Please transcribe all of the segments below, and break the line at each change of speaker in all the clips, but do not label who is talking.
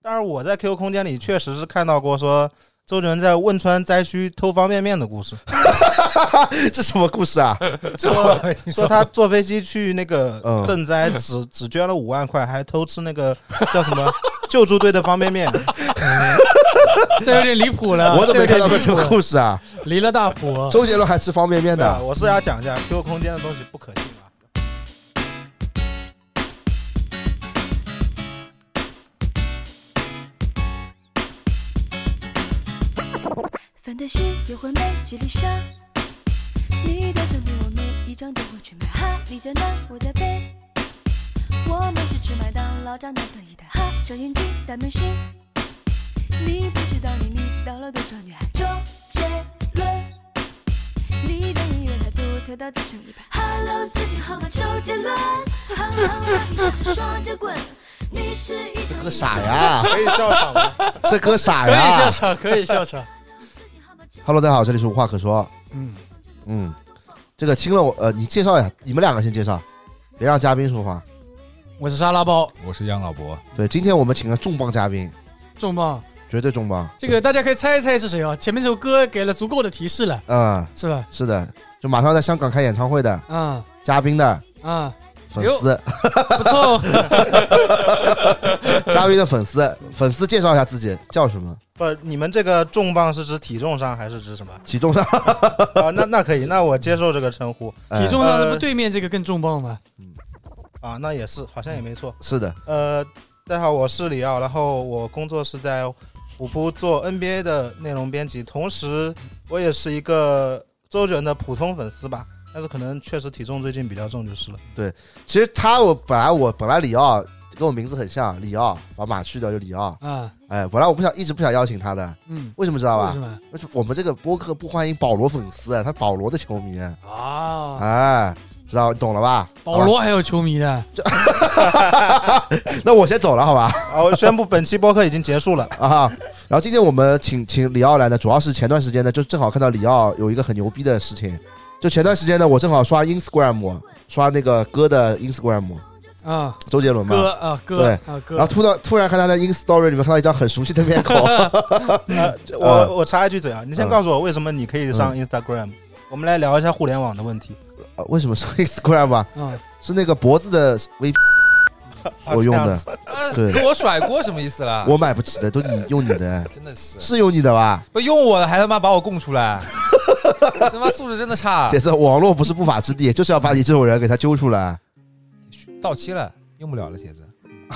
但是我在 QQ 空间里确实是看到过说周杰伦在汶川灾区偷方便面的故事。
这什么故事啊？
说他坐飞机去那个赈灾，只捐了5万块，还偷吃那个叫什么救助队的方便面。
这有点离谱了，
我怎么没看到过这个故事啊？
离了大谱。
周杰伦还吃方便面的？
我是要讲一下 QQ 空间的东西不可信啊。
范特西又会美吉丽莎，你的奖品我每一张都会去买哈，你在南我在北，我们是吃麦当劳炸男的一台哈，小眼睛大明星，你不知道你迷倒了多少女孩。周杰伦，你的音乐态度特到自成一派。Hello， 最近好吗？周杰伦，哼哼哼，你像只双截棍，你是一
这歌傻呀？
可以笑场吗？
这歌傻
呀？可以笑场，可以笑场。
Hello， 大家好，这里是无话可说。这个听了我你介绍一下，你们两个先介绍，别让嘉宾说话。
我是沙拉包，
我是杨老伯。
对，今天我们请了重磅嘉宾，
重磅，
绝对重磅。
这个大家可以猜一猜是谁哦。前面这首歌给了足够的提示了，是吧？
是的，就马上在香港开演唱会的，嘉宾的，粉丝，
不错。
嘉宾的粉丝介绍一下自己叫什么？
不，你们这个重磅是指体重上还是指什么？
体重上
啊，那可以，那我接受这个称呼。
体重上，不对面这个更重磅吗？
啊，那也是，好像也没错。
是的。
大家好，我是李奥，然后我工作是在虎扑做 NBA 的内容编辑，同时我也是一个周杰伦的普通粉丝吧，但是可能确实体重最近比较重就是了。
对，其实我本来李奥跟我名字很像，李奥把马去掉就李奥
啊。
本来我一直不想邀请他的，为什么知道吧？
为什么？
我们这个播客不欢迎保罗粉丝，他保罗的球迷
啊。
知道你懂了吧？
保罗还有球迷的。
那我先走了，好吧？
我宣布本期播客已经结束了
啊。然后今天我们请李奥来呢，主要是前段时间呢，就正好看到李奥有一个很牛逼的事情。就前段时间呢，我正好刷 Instagram， 刷那个歌的 Instagram。周杰伦嘛，
歌
对，然后突然看他在 Ins Story 里面看到一张很熟悉的面孔。
我插一句嘴啊，你先告诉我为什么你可以上 Instagram？我们来聊一下互联网的问题。
为什么上 Instagram 啊？是那个脖子的 VP 我用的。对，
跟我甩锅什么意思啦？
我买不起的，都你用你的，
真的
是用你的吧？
不用我的还他妈把我供出来，他妈素质真的差。
铁子，网络不是不法之地，就是要把你这种人给他揪出来。
到期了，用不了了，铁子。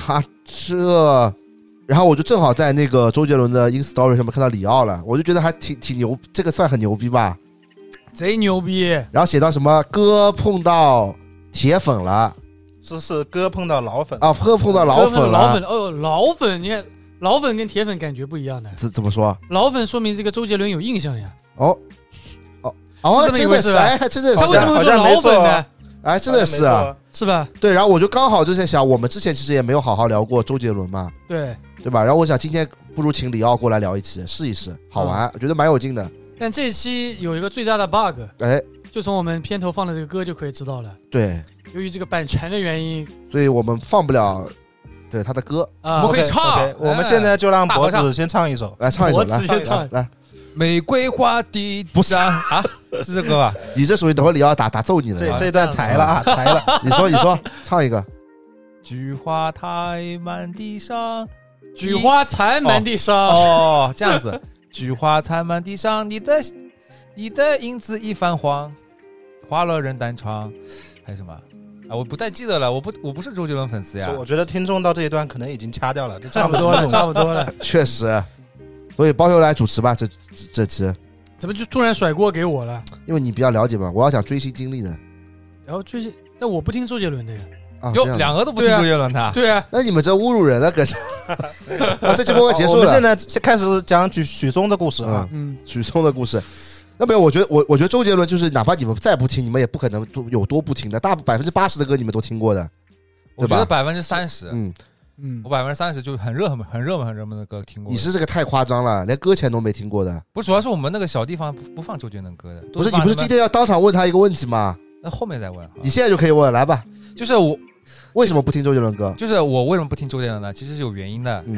然后我就正好在那个周杰伦的 Ins Story 上面看到李奥了，我就觉得还挺牛，这个算很牛逼吧？
贼牛逼！
然后写到什么歌碰到铁粉了，
是歌碰到老粉
啊，歌碰到老粉了。
老粉，你看老粉跟铁粉感觉不一样的。
怎么说？
老粉说明这个周杰伦有印象呀。
是这么一回事。还真的是。
他为什么会说老粉呢？
真的是啊，
是吧？
对，然后我就刚好就在想，我们之前其实也没有好好聊过周杰伦嘛，
对
吧？然后我想今天不如请李奥过来聊一期，试一试，好玩，我觉得蛮有劲的。
但这期有一个最大的 bug，就从我们片头放的这个歌就可以知道了。
对，
由于这个版权的原因，
所以我们放不了对他的歌，
我们可以唱。
我们现在就让脖子先唱一首，
来唱一首，来。
玫瑰花的
不是
啊，是这歌吧？
你这属于等会李奥打揍你了，
这段裁了啊，裁了。
你说，唱一个。
菊花台满地伤，
菊花残满地伤。
哦，这样子。菊花残满地伤，你的影子已泛黄，花落人单窗，还有什么啊？我不太记得了，我不是周杰伦粉丝呀。
我觉得听众到这一段可能已经掐掉了，
差不多了。
确实，所以包邮来主持吧，这期。
怎么就突然甩锅给我了？
因为你比较了解嘛，我要讲追星经历的。
然后追星，但我不听周杰伦的呀。
哟，两个都不听周杰伦的。
对啊，
那你们这侮辱人了，可是。这期播客结束了，
我们现在开始讲许嵩的故事啊。
许嵩的故事。那没有，我觉得周杰伦就是哪怕你们再不听，你们也不可能有多不听的，80%的歌你们都听过的，
我觉得30%。我30%就很热门的歌听过。
你是这个太夸张了，连歌前都没听过的。
不，主要是我们那个小地方不放周杰伦歌的。
不是，你不是今天要当场问他一个问题吗？
那后面再问。
你现在就可以问，来吧。
就是我
为什么不听周杰伦歌？
就是我为什么不听周杰伦呢？其实是有原因的。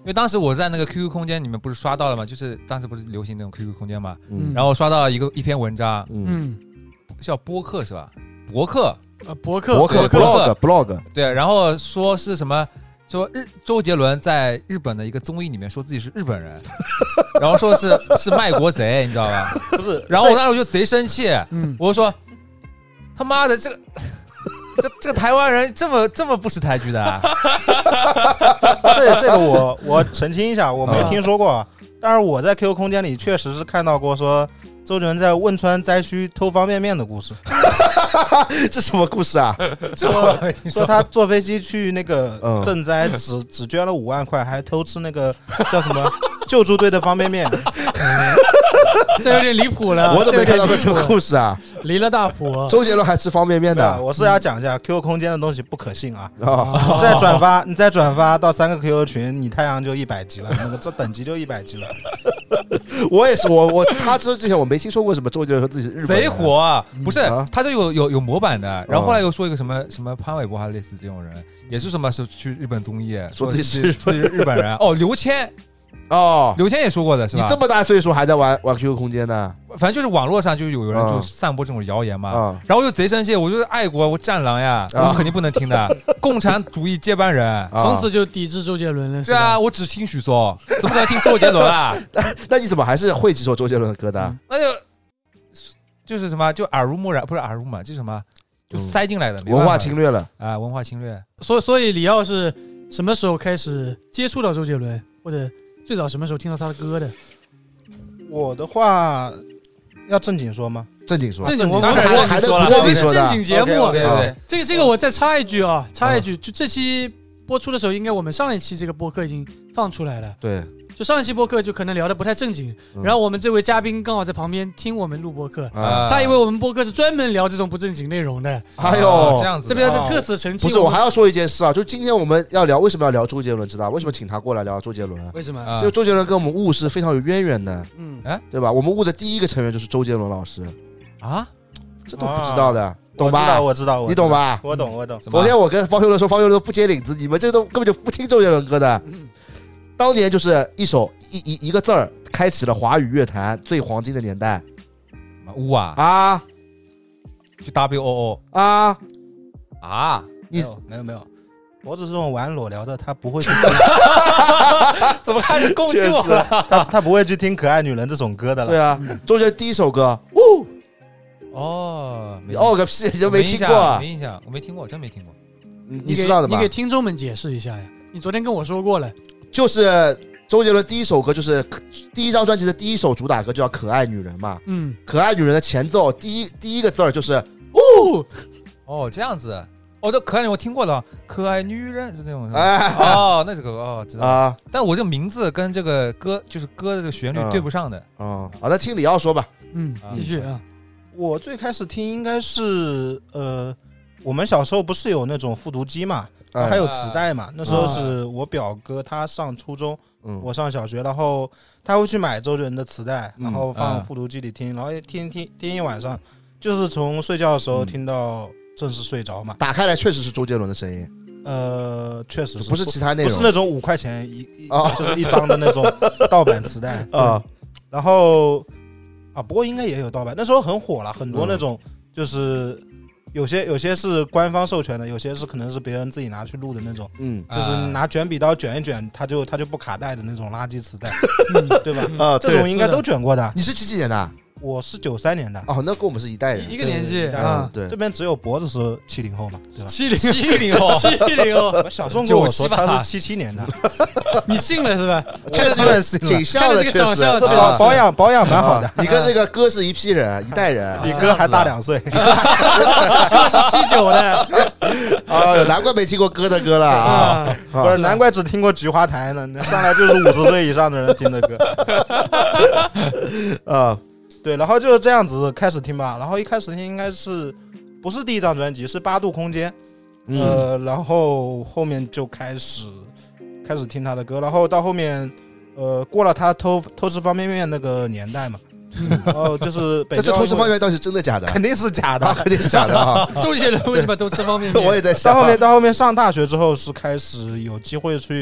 因为当时我在那个 QQ 空间里面不是刷到了嘛，就是当时不是流行那种 QQ 空间嘛，然后刷到一篇文章，叫播客是吧？博客 blog 对，然后说是什么？说周杰伦在日本的一个综艺里面说自己是日本人，然后说是卖国贼，你知道吧？
不是，
然后我当时就贼生气，我就说他妈的这个台湾人这么不识抬举的啊！
这个我澄清一下，我没听说过，但是我在 QQ 空间里确实是看到过说周杰伦在汶川灾区偷方便面的故事。
这什么故事啊？
说他坐飞机去那个赈灾，只捐了5万块，还偷吃那个叫什么救助队的方便面。
这有点离谱了，
我怎么没看到过这个故事啊？
离了大谱。
周杰伦还吃方便面的。
我是要讲一下 QQ 空间的东西不可信啊！你再转发到3个 QQ 群，你太阳就100级了，那个这等级就100级了。
我也是，他之前我没听说过什么周杰伦说自己是日本人
贼火啊！不是，他就有模板的，然后后来又说一个什么潘玮柏还类似这种人，也是什么是去日本综艺
说自己是
日本人哦，刘谦。刘谦也说过的是吧？
你这么大岁数还在玩 QQ 空间呢？
反正就是网络上就有人就散播这种谣言嘛，然后我就贼生气，我就是爱国，我战狼呀，我肯定不能听的，共产主义接班人，
从此就抵制周杰伦了。
对啊，我只听许嵩，怎么能听周杰伦啊？
那你怎么还是会几首周杰伦的歌的？
那就是什么，就耳濡目染，不是耳濡嘛，就是什么，就塞进来的，
文化侵略了
啊，文化侵略。
所以李奥是什么时候开始接触到周杰伦，或者最早什么时候听到他的歌的？
我的话要正经说吗？
正经说，
我
们还是
我们是正经节目。
对，
这个我再插一句啊，就这期播出的时候，应该我们上一期这个播客已经放出来了。
对。
就上一期播客就可能聊得不太正经，然后我们这位嘉宾刚好在旁边听我们录播客，他以为我们播客是专门聊这种不正经内容的。
哎呦，
这样子，
这边在特此澄清。
不是，我还要说一件事啊，就今天我们要聊，为什么要聊周杰伦？知道为什么请他过来聊周杰伦？
为什么？
就周杰伦跟我们雾是非常有渊源的，对吧？我们雾的第一个成员就是周杰伦老师
啊，
这都不知道的，懂吧？
我知道，
你懂吧？
我懂。
昨天我跟方修乐说，方修乐不接领子，你们这都根本就不听周杰伦歌的。当年就是一个字儿开启了华语乐坛最黄金的年代。
呜啊，就 WOO
啊，
你没有，我只是这种玩裸聊的，他不会去
怎么开始攻击我了？
他不会去听《可爱女人》这种歌的了。
对啊，周杰伦第一首歌，个屁，你就没听过？
没印象，我没听过，真没听过。
你知道的吧？
你给听众们解释一下呀。你昨天跟我说过了，
就是周杰伦第一首歌，就是第一张专辑的第一首主打歌，就叫《可爱女人》嘛。可爱女人的前奏第一个字儿就是
这样子。这可爱女人我听过的，可爱女人是那种。那这个知道啊。但我这个名字跟这个歌就是歌的这个旋律对不上的。
好，那听李奥说吧。
继续啊。
我最开始听应该是我们小时候不是有那种复读机嘛。还有磁带嘛？那时候是我表哥他上初中，我上小学，然后他会去买周杰伦的磁带，然后放复读机里听，然后听一晚上，就是从睡觉的时候听到正式睡着嘛。
打开来确实是周杰伦的声音，
确实是
不是其他内容，
不是那种5块钱就是一张的那种盗版磁带啊。然后不过应该也有盗版，那时候很火了，很多那种就是。有些是官方授权的，有些是可能是别人自己拿去录的那种，就是拿卷笔刀卷一卷，它就不卡带的那种垃圾磁带，对吧？这种应该都卷过的。
你是几年的？
我是93年的。
那跟我们是一代人，
一个年纪
啊。对，这边只有脖子是70后嘛，对吧
？70后，
小宋跟我说他是77年的，
你信了是吧？
确实挺像的，确实
保养蛮好的。
你跟那个哥是一批人，一代人，
比哥还大2岁。哥
是79的，
难怪没听过哥的歌了啊！
不是，难怪只听过菊花台呢，上来就是50岁以上的人听的歌。对，然后就是这样子开始听吧，然后一开始听应该是不是第一张专辑，是8度空间，然后后面就开始听他的歌，然后到后面过了他偷吃方便面那个年代嘛，然后就是
这偷吃方便面到底是真的假的？
肯定是假的，
肯定是假的啊！
周杰伦为什么都吃方便面？
我也在想。
到后面上大学之后是开始有机会去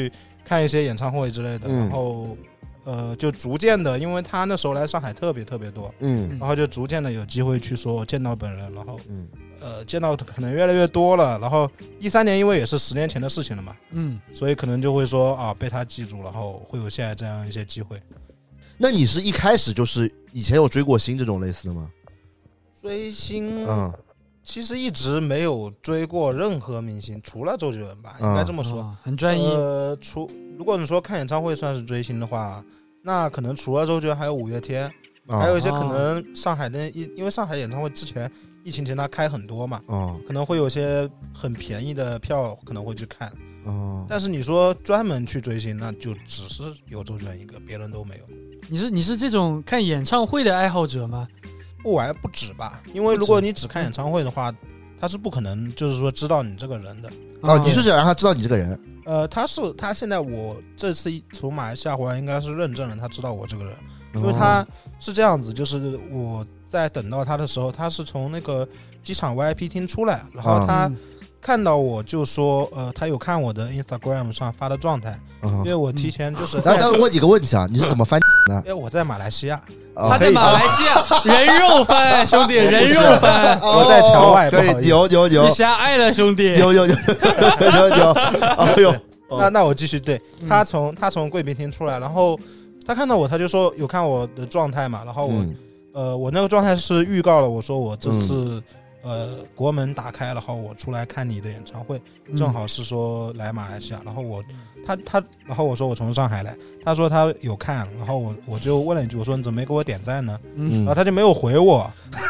看一些演唱会之类的，然后就逐渐的，因为他那时候来上海特别特别多，然后就逐渐的有机会去说见到本人，然后见到可能越来越多了，然后13年因为也是10年前的事情了嘛，所以可能就会说啊被他记住，然后会有现在这样一些机会。
那你是一开始就是以前有追过星这种类似的吗？
追星，其实一直没有追过任何明星，除了周杰伦吧，应该这么说。
很专一。
如果你说看演唱会算是追星的话，那可能除了周杰伦还有五月天，还有一些可能上海的，因为上海演唱会之前疫情前他开很多嘛，可能会有些很便宜的票可能会去看。但是你说专门去追星，那就只是有周杰伦一个，别人都没有。
你是这种看演唱会的爱好者吗？
不止吧，因为如果你只看演唱会的话，他是不可能就是说知道你这个人的。
你是想让他知道你这个人？
他现在我这次从马来西亚回来，应该是认证了他知道我这个人，因为他是这样子，就是我在等到他的时候，他是从那个机场 VIP 厅出来，然后他看到我就说，他有看我的 Instagram 上发的状态，因为我提前就是。
但问几个问题啊，你是怎么翻的？
因为我在马来西亚。
他在马来西亚人肉翻，兄弟，人肉翻。
我在墙外，不好意思。
有，
你狭隘了，兄弟。
有。哎呦，
那我继续。对，他从贵宾厅出来，然后他看到我，他就说有看我的状态嘛，然后我那个状态是预告了，我说我这次国门打开，然后我出来看你的演唱会，正好是说来马来西亚，然后然后我说我从上海来，他说他有看，然后我就问了一句，我说你怎么没给我点赞呢？然后他就没有回我，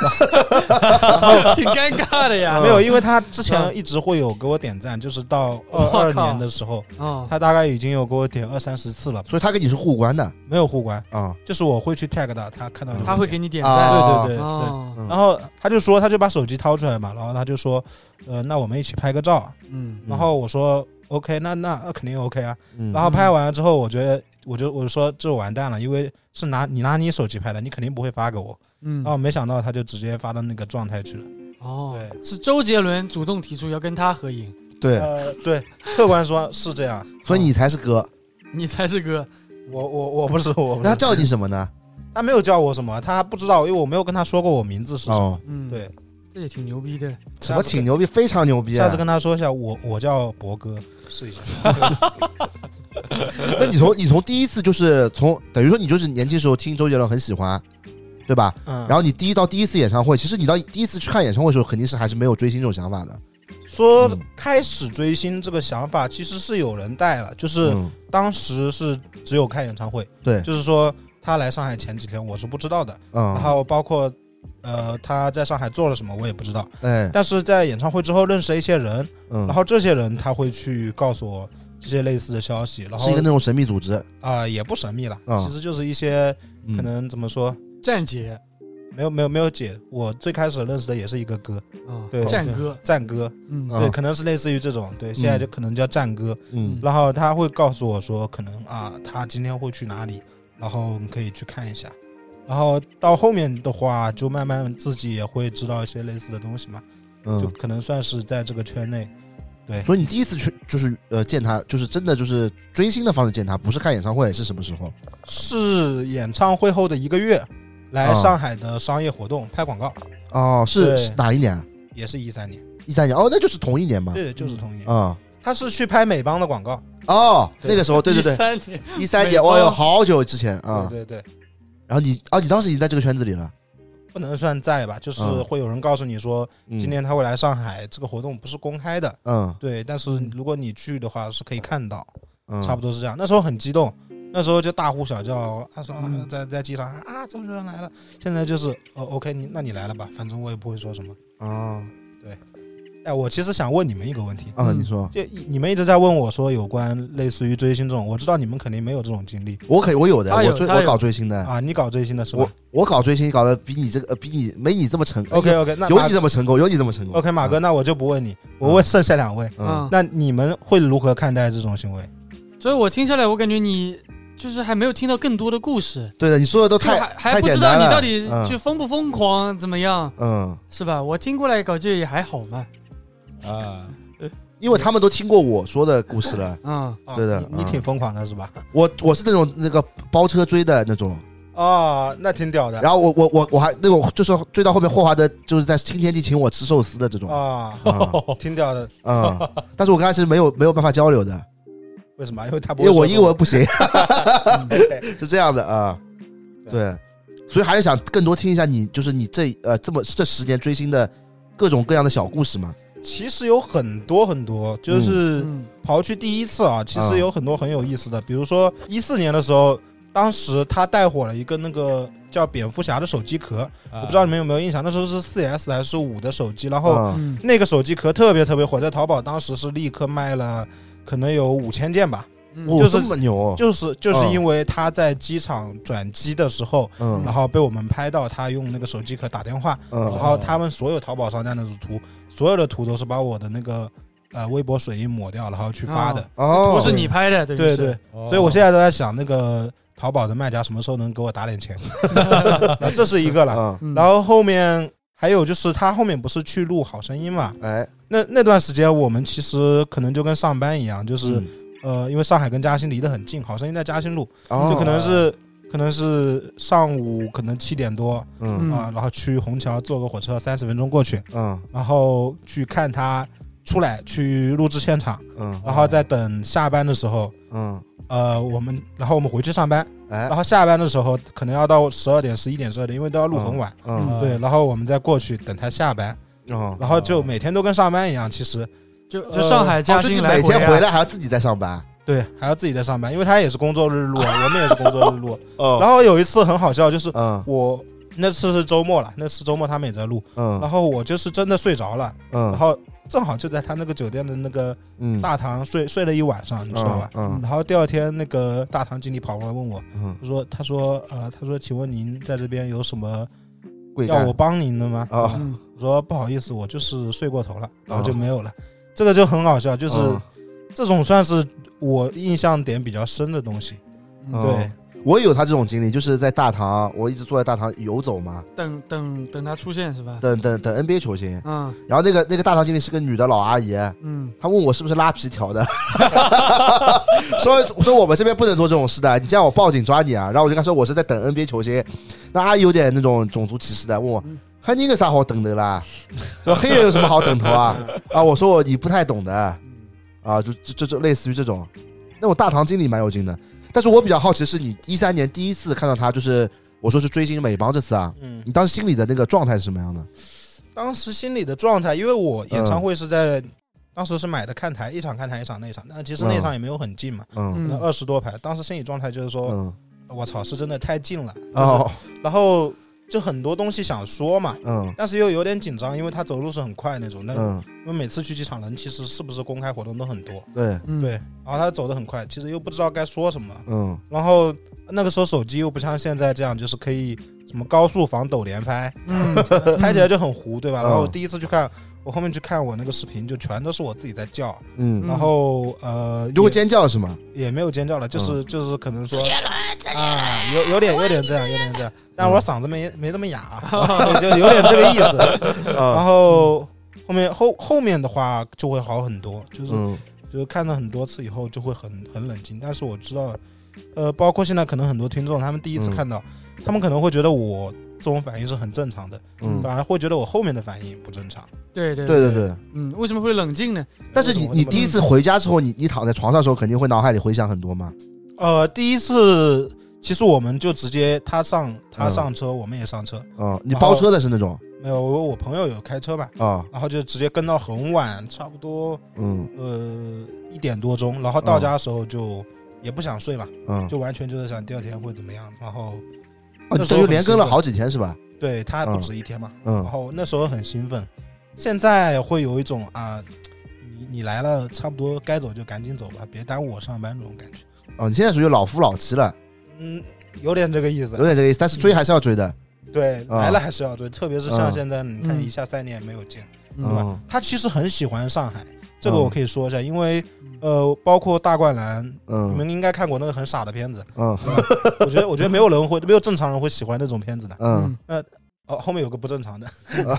挺尴尬的呀。
没有，因为他之前一直会有给我点赞，就是到22年的时候，他大概已经有给我点20-30次了，
所以他跟你是互关的？
没有互关就是我会去 tag 他看到
他会给你点赞，
对。然后他就把手机掏出来嘛，然后他就说，那我们一起拍个照，然后我说。OK， 那肯定 OK 啊。然后拍完了之后，我觉得我就说这完蛋了，因为是拿你手机拍的，你肯定不会发给我。然后没想到他就直接发到那个状态去了。
对，是周杰伦主动提出要跟他合影。
对，
对，客观说是这样，
所以你才是哥，
你才是哥。
我不是我。
那他叫你什么呢？
他没有叫我什么，他不知道，因为我没有跟他说过我名字是什么。对。
这也挺牛逼的，
什么挺牛逼？非常牛逼！
下次跟他说一下，我叫博哥，试一下。
那你从第一次就是等于说你就是年轻时候听周杰伦很喜欢，对吧？然后你第一次演唱会，其实你到第一次去看演唱会的时候，肯定是还是没有追星这种想法的。
说开始追星这个想法，其实是有人带了，就是当时是只有看演唱会，
对，
就是说他来上海前几天我是不知道的，然后包括。他在上海做了什么我也不知道，但是在演唱会之后认识了一些人，然后这些人他会去告诉我这些类似的消息，然后
是一个那种神秘组织
也不神秘了，其实就是一些可能怎么说
站姐，
没有姐，我最开始认识的也是一个哥，对，战哥，对，可能是类似于这种，对，现在就可能叫战哥，然后他会告诉我说可能他今天会去哪里，然后你可以去看一下。然后到后面的话，就慢慢自己也会知道一些类似的东西嘛，就可能算是在这个圈内。对，
所以你第一次去就是见他，就是真的就是追星的方式见他，不是看演唱会，是什么时候？
是演唱会后的1个月，来上海的商业活动拍广告。
是哪一年？
也是13年。
13年那就是同一年嘛。
对，就是同一年。他是去拍美邦的广告。
那个时候，对，13年，有好久之前啊。
对。
然后你当时已经在这个圈子里了，
不能算在吧，就是会有人告诉你说，今天他会来上海，这个活动不是公开的，对，但是如果你去的话是可以看到，差不多是这样。那时候很激动，那时候就大呼小叫，说在机场周杰伦来了。现在就是OK，那你来了吧，反正我也不会说什么对。我其实想问你们一个问题
你说，
就你们一直在问我说有关类似于追星这种，我知道你们肯定没有这种经历。
我有的，我搞追星的
你搞追星的是吧？
我搞追星搞得比你没你这么成功。
OK， 那
有你这么成功。
OK， 马哥，那我就不问你，我问剩下2位。那你们会如何看待这种行为？
所以我听下来，我感觉你就是还没有听到更多的故事。
对的，你说的都
还不知道你到底就疯不疯狂怎么样，是吧？我听过来搞就也还好嘛。
因为他们都听过我说的故事了。对的，
你挺疯狂的是吧？
我是那个包车追的那种。
那挺屌的。
然后我还那种就是追到后面霍华德就是在新天地请我吃寿司的这种
挺屌的
但是我刚开始没有办法交流的。
为什么？因为他
因为我英文不行是这样的啊。对，所以还是想更多听一下你就是你这10年追星的各种各样的小故事嘛。
其实有很多很多，就是刨去第一次其实有很多很有意思的，比如说14年的时候。当时他带火了一个那个叫蝙蝠侠的手机壳，我不知道你们有没有印象，那时候是 4S 还是5的手机，然后那个手机壳特别特别火，在淘宝当时是立刻卖了可能有5000件吧。
这么牛，
就是因为他在机场转机的时候，然后被我们拍到他用那个手机壳打电话，然后他们所有淘宝商家的图，所有的图都是把我的那个微博水印抹掉，然后去发的。
图是你拍的，
对，所以我现在都在想那个。淘宝的卖家什么时候能给我打点钱这是一个了。然后后面还有就是他后面不是去录好声音嘛，那段时间我们其实可能就跟上班一样，就是因为上海跟嘉兴离得很近，好声音在嘉兴路，就可能是上午可能7点多然后去虹桥坐个火车30分钟过去，然后去看他出来去录制现场，然后再等下班的时候然后我们回去上班，然后下班的时候可能要到12点、11点、12点，因为都要录很晚。对，然后我们再过去等他下班，然后就每天都跟上班一样。其实
就上海嘉兴来
每天回来还要自己在上班。
对，还要自己在上班，因为他也是工作日录，我们也是工作日录。然后有一次很好笑，就是我那次是周末了，那次周末他们也在录，然后我就是真的睡着了，然后。正好就在他那个酒店的那个大堂睡了一晚上，你知道吧？然后第二天那个大堂经理跑过来问我，他说请问您在这边有什么要我帮您的吗？我说不好意思，我就是睡过头了，然后就没有了。这个就很好笑，就是这种算是我印象点比较深的东西。对。
我也有他这种经历，就是在大堂，我一直坐在大堂游走嘛，
等他出现是吧？
等 NBA 球星，然后那个大堂经理是个女的老阿姨，她问我是不是拉皮条的，说我们这边不能做这种事的，你这样我报警抓你啊！然后我就跟她说我是在等 NBA 球星，那阿姨有点那种种族歧视的，问我还你有啥好等的啦？说黑人有什么好等头啊？我说你不太懂的，就类似于这种，那种大堂经理蛮有劲的。但是我比较好奇的是，你13年第一次看到他，就是我说是追星美邦这次你当时心里的那个状态是什么样的？
当时心里的状态，因为我演唱会是在当时是买的看台，一场看台一场内场，但其实内场也没有很近嘛，20多排。当时心理状态就是说，我操，是真的太近了，然后就很多东西想说嘛，但是又有点紧张，因为他走路是很快那种，因为每次去机场人其实是不是公开活动都很多，
对，
然后他走得很快，其实又不知道该说什么，然后那个时候手机又不像现在这样，就是可以什么高速防抖连拍，拍起来就很糊，对吧？然后第一次去看，我后面去看我那个视频，就全都是我自己在叫，然后
就会尖叫是吗？
也没有尖叫了，就是可能说有点这样，但我嗓子没这么哑，就有点这个意思。然后后面的话就会好很多，就是看了很多次以后就会很冷静。但是我知道，包括现在可能很多听众他们第一次看到，他们可能会觉得我这种反应是很正常的，反而会觉得我后面的反应不正常。
对，为什么会冷静呢？
但是你第一次回家之后，你躺在床上的时候，肯定会脑海里回想很多吗？
第一次其实我们就直接他上车，我们也上车。
你包车的是那种？
没有，我朋友有开车嘛，然后就直接跟到很晚，差不多1点多钟，然后到家的时候就也不想睡嘛，就完全就是想第二天会怎么样，然后
等于连跟了好几天是吧？
对，他不止1天嘛，然后那时候很兴奋，现在会有一种你来了，差不多该走就赶紧走吧，别耽误我上班这种感觉。
你现在属于老夫老妻了，
有点这个意思，
但是追还是要追的。
对，来了还是要追，特别是像现在你看一下3年也没有见，对吧？他其实很喜欢上海，这个我可以说一下，因为包括大灌篮，你们应该看过那个很傻的片子，我觉得没有正常人会喜欢那种片子的， 后面有个不正常的，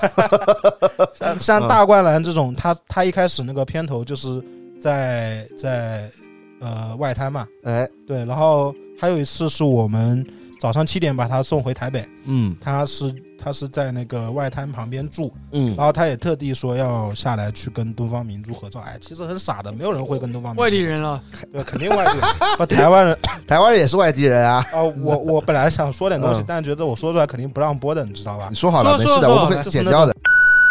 像大灌篮这种，他一开始那个片头就是在外滩嘛，对，然后还有一次是我们早上7点把他送回台北，他是在那个外滩旁边住，然后他也特地说要下来去跟东方明珠合照，其实很傻的，没有人会跟东方明珠
外地人了，
对，肯定外地人，台湾人，
台湾人也是外地人啊。
我本来想说点东西，但觉得我说出来肯定不让播的，你知道吧？
你说好了，没事的，我们会剪掉的。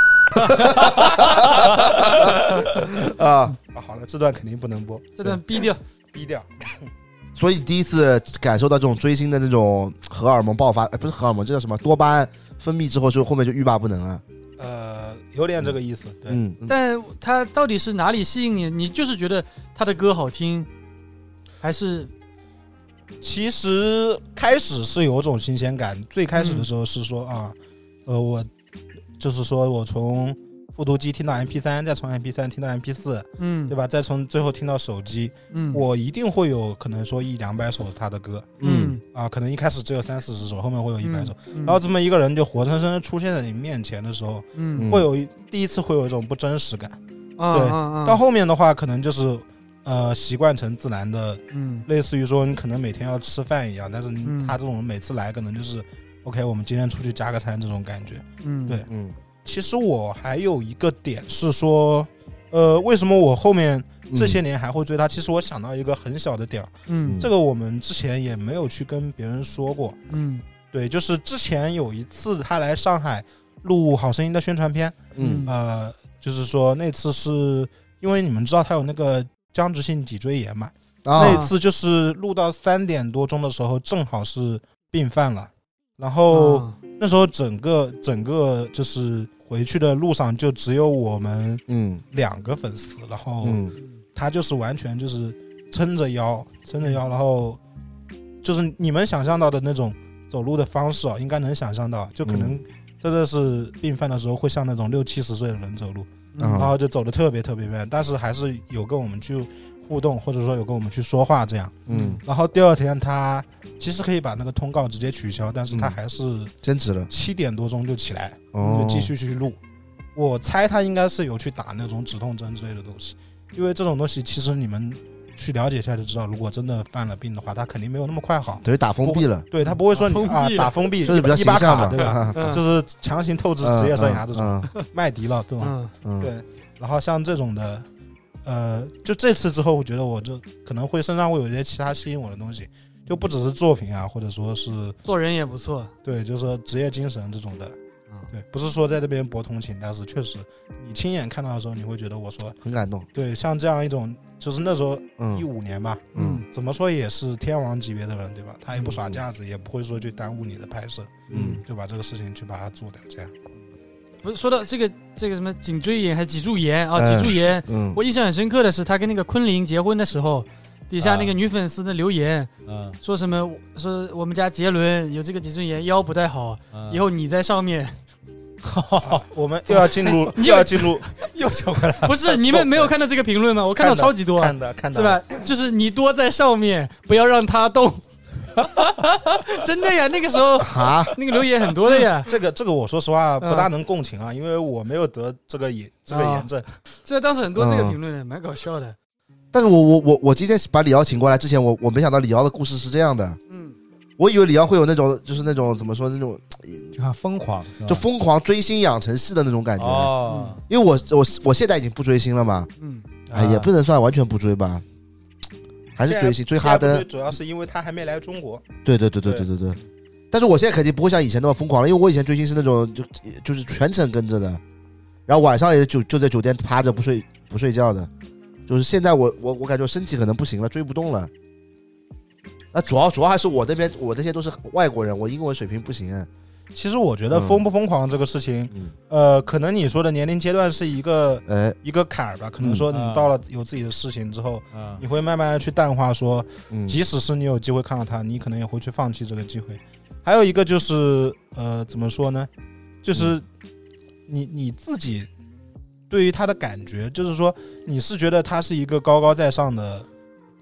好了，这段肯定不能播，
这段逼掉。
所以第一次感受到这种追星的那种荷尔蒙爆发，不是荷尔蒙，这叫什么？多巴胺分泌之后，就后面就欲罢不能了。
有点这个意思，对。
但他到底是哪里吸引你？你就是觉得他的歌好听，还是？
其实开始是有种新鲜感，最开始的时候是说我就是说我从复读机听到 MP3， 再从 MP3 听到 MP4，对吧？再从最后听到手机，我一定会有可能说100-200首他的歌，可能一开始只有30-40首，后面会有100首，然后这么一个人就活生生的出现在你面前的时候，会有第一次会有一种不真实感，对，到后面的话可能就是习惯成自然的，类似于说你可能每天要吃饭一样，但是他这种每次来可能就是 OK， 我们今天出去加个餐这种感觉，对，其实我还有一个点是说，为什么我后面这些年还会追他？其实我想到一个很小的点，这个我们之前也没有去跟别人说过，对，就是之前有一次他来上海录《好声音》的宣传片，就是说那次是因为你们知道他有那个僵直性脊椎炎嘛，那一次就是录到3点多钟的时候，正好是病犯了，然后那时候整个就是回去的路上就只有我们2个粉丝，然后他就是完全就是撑着腰，然后就是你们想象到的那种走路的方式应该能想象到，就可能真的是病犯的时候会像那种60-70岁的人走路，然后就走得特别特别慢，但是还是有跟我们去互动，或者说有跟我们去说话这样，然后第二天他其实可以把那个通告直接取消，但是他还是
坚持了
7点多钟就起来，就继续去录。我猜他应该是有去打那种止痛针之类的东西，因为这种东西其实你们去了解一下就知道，如果真的犯了病的话，他肯定没有那么快好，
等于打封闭了。
对，他不会说你打封闭，
就是比较形象嘛，
对吧？就是强行透支职业生涯这种，麦迪了，对吧？对。然后像这种的，就这次之后，我觉得我这可能会身上会有一些其他吸引我的东西，就不只是作品啊，或者说是
做人也不错，
对，就是职业精神这种的。对，不是说在这边博同情，但是确实你亲眼看到的时候，你会觉得我说
很感动。对，
像这样一种，就是那时候15年吧，怎么说也是天王级别的人，对吧？他也不耍架子，也不会说去耽误你的拍摄，就把这个事情去把它做掉，这样。
不是说到这个什么颈椎炎还是脊柱炎啊？脊柱炎，我印象很深刻的是他跟那个昆凌结婚的时候，底下那个女粉丝的留言，说什么说我们家杰伦有这个脊椎炎，腰不太好，以后你在上面。
我们又要进入，
又扯回来。
不是你们没有看到这个评论吗？我看到超级多，
看的
是吧？就是你多在上面，不要让他动。真的呀，那个时候那个留言很多的呀。
这个我说实话不大能共情啊，因为我没有得这个炎症。
这当时很多这个评论蛮搞笑的。
但是我今天把李瑶请过来之前，我没想到李瑶的故事是这样的。我以为李瑶会有那种就是那种怎么说那种
就很疯狂，
就疯狂追星养成系的那种感觉。因为我现在已经不追星了嘛，也不能算完全不追吧，还是追星追哈登。
主要是因为他还没来中国。
对。但是我现在肯定不会像以前那么疯狂了，因为我以前追星是那种就是全程跟着的，然后晚上也就在酒店趴着不睡觉的。就是现在我感觉身体可能不行了，追不动了。那主要还是我这些都是外国人，我英文水平不行。
其实我觉得疯不疯狂这个事情，可能你说的年龄阶段是一个坎儿吧。可能说你到了有自己的事情之后，你会慢慢去淡化说，即使是你有机会看到他，你可能也会去放弃这个机会。还有一个就是怎么说呢？就是你自己对于他的感觉，就是说你是觉得他是一个高高在上的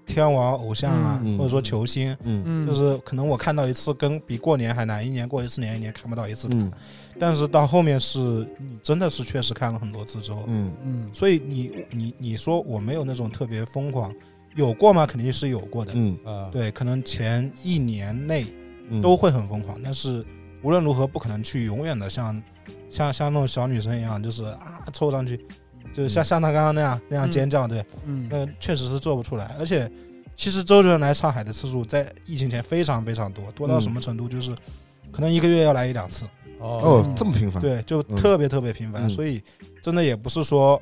天王偶像啊，或者说球星，就是可能我看到一次跟比过年还难，一年过一次年，一年看不到一次他，但是到后面是你真的是确实看了很多次之后，所以你说我没有那种特别疯狂，有过吗？肯定是有过的，对，可能前1年内都会很疯狂，但是无论如何不可能去永远的像那种小女生一样，就是凑上去。就是像他刚刚那样尖叫，对，确实是做不出来。而且，其实周杰伦来上海的次数在疫情前非常非常多，多到什么程度？就是可能1个月要来1-2次。
哦，这么频繁？
对，就特别特别频繁，所以真的也不是说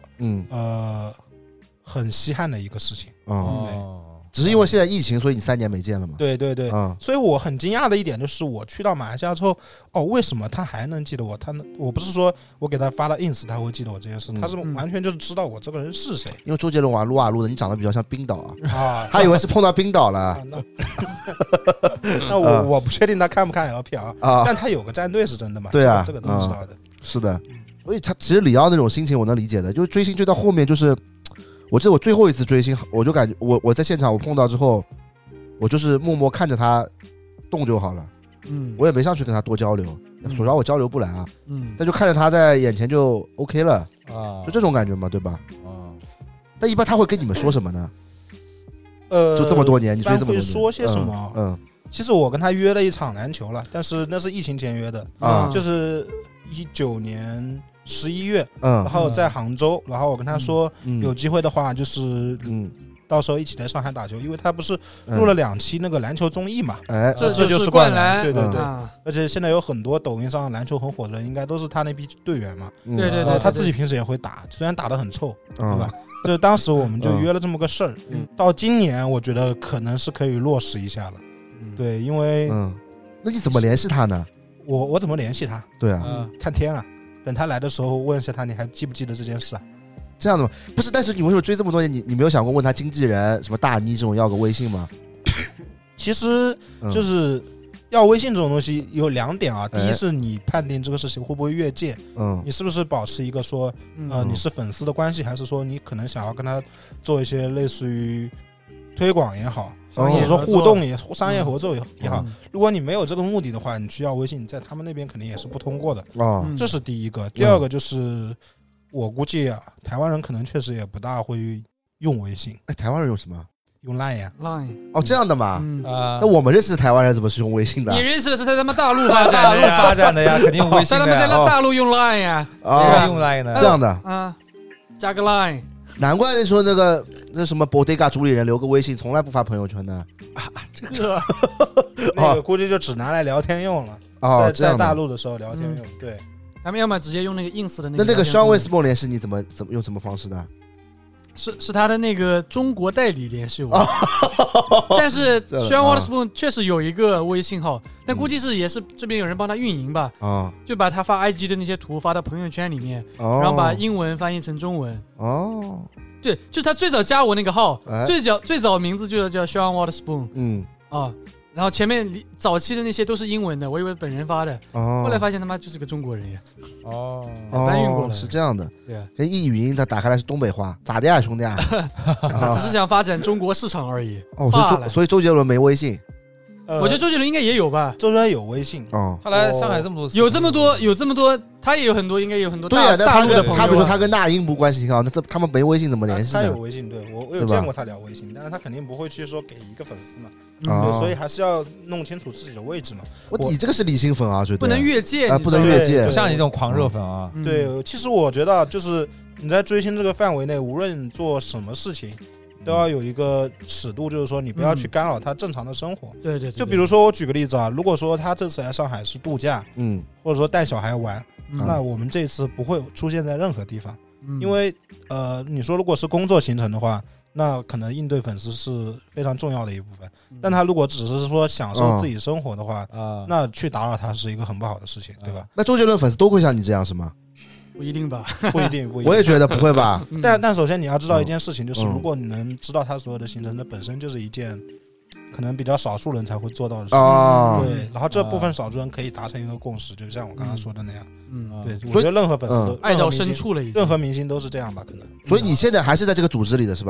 很稀罕的一个事情。对。
只是因为现在疫情，所以你3年没见了嘛？
对对对，所以我很惊讶的一点就是，我去到马来西亚之后，为什么他还能记得我？我不是说我给他发了 ins， 他会记得我这件事，他是完全就是知道我这个人是谁。
因为周杰伦玩撸啊撸的，你长得比较像冰岛啊，他以为是碰到冰岛了。
那我不确定他看不看 LPL 啊，但他有个战队是真的嘛？
对啊，
这个都知道的。
是的，所以他其实李奥那种心情我能理解的，就是追星追到后面就是。我记得我最后一次追星，我就感觉我在现场我碰到之后，我就是默默看着他动就好了，我也没上去跟他多交流，主要我交流不来啊，但就看着他在眼前就 OK 了啊，就这种感觉嘛，对吧？但一般他会跟你们说什么呢？就这么多年，你追这么多年，
会说些什么？其实我跟他约了一场篮球了，但是那是疫情前约的啊，就是19年。11月，然后在杭州，然后我跟他说，有机会的话，就是到时候一起在上海打球，因为他不是录了2期那个篮球综艺嘛，这就是灌篮，对对对，而且现在有很多抖音上篮球很火的人，应该都是他那批队员嘛，
对对对，
他自己平时也会打，虽然打得很臭，对吧？就当时我们就约了这么个事儿，到今年我觉得可能是可以落实一下了，对，因为
那你怎么联系他呢？
我怎么联系他？
对啊，
看天啊。等他来的时候问一下他，你还记不记得这件事啊？
这样的吗？不是，但是你为什么追这么多年？你没有想过问他经纪人什么大妮这种要个微信吗？
其实就是要微信这种东西有2点啊。第一是你判定这个事情会不会越界，你是不是保持一个说你是粉丝的关系，还是说你可能想要跟他做一些类似于推广也好，或者说互动也商业合作也好，如果你没有这个目的的话，你去要微信，在他们那边肯定也是不通过的这是第一个。第二个就是我估计啊，台湾人可能确实也不大会用微信。
台湾人用什么？
用 Line 呀。
Line
哦，这样的嘛。那我们认识的台湾人怎么是用微信的？
你认识的是在他们大陆发展的
呀，肯定用微信的。
他们在大陆用 Line 呀，
用 Line 呢？
这样的
加个 Line。
难怪那时候那什么 Bodega 主理人留个微信，从来不发朋友圈的
这个那个估计就只拿来聊天用了。在大陆的时候聊天用，对。
他们要么直接用那个 ins 的那个。
那个 Sean Weisman 联系你怎么用什么方式的？
是他的那个中国代理联系我，但是 Sean Weisman 确实有一个微信号，但估计也是这边有人帮他运营吧，就把他发 IG 的那些图发到朋友圈里面，然后把英文翻译成中文。对，就是他最早加我那个号，最早名字就叫 Sean Weisman，然后前面早期的那些都是英文的，我以为本人发的，后来发现他妈就是个中国人呀。搬运过来
是这样的。
对啊，
跟英语音他打开来是东北话，咋的呀，兄弟啊？
只是想发展中国市场而已。
所以周杰伦没微信。
我觉得周杰伦应该也有吧。
周杰伦有微信
他来上海这么多次，
有这么多，他也有很多，应该有很多
大
陆的朋友。
他比如说他跟那英不关系挺好，那他们没微信怎么联系呢？
他有微信，对我有见过他聊微信，但是他肯定不会去说给一个粉丝嘛。所以还是要弄清楚自己的位置嘛。
你这个是理性粉啊，绝对
不能越界，
不能越界，
就像你这种狂热粉啊。
对，其实我觉得就是你在追星这个范围内，无论做什么事情，都要有一个尺度，就是说你不要去干扰他正常的生活。
对对。
就比如说我举个例子啊，如果说他这次来上海是度假，或者说带小孩玩，那我们这次不会出现在任何地方，因为你说如果是工作行程的话。那可能应对粉丝是非常重要的一部分，但他如果只是说享受自己生活的话，那去打扰他是一个很不好的事情，对吧？
那周杰伦粉丝都会像你这样是吗？
不一定吧，
不一定。
我也觉得不会吧。
但首先你要知道一件事情，就是如果你能知道他所有的行程，那本身就是一件可能比较少数人才会做到的事情。对，然后这部分少数人可以达成一个共识，就像我刚刚说的那样。对，我觉得任何粉丝都
爱到深处了，
任何明星都是这样吧，可能。
所以你现在还是在这个组织里的是吧？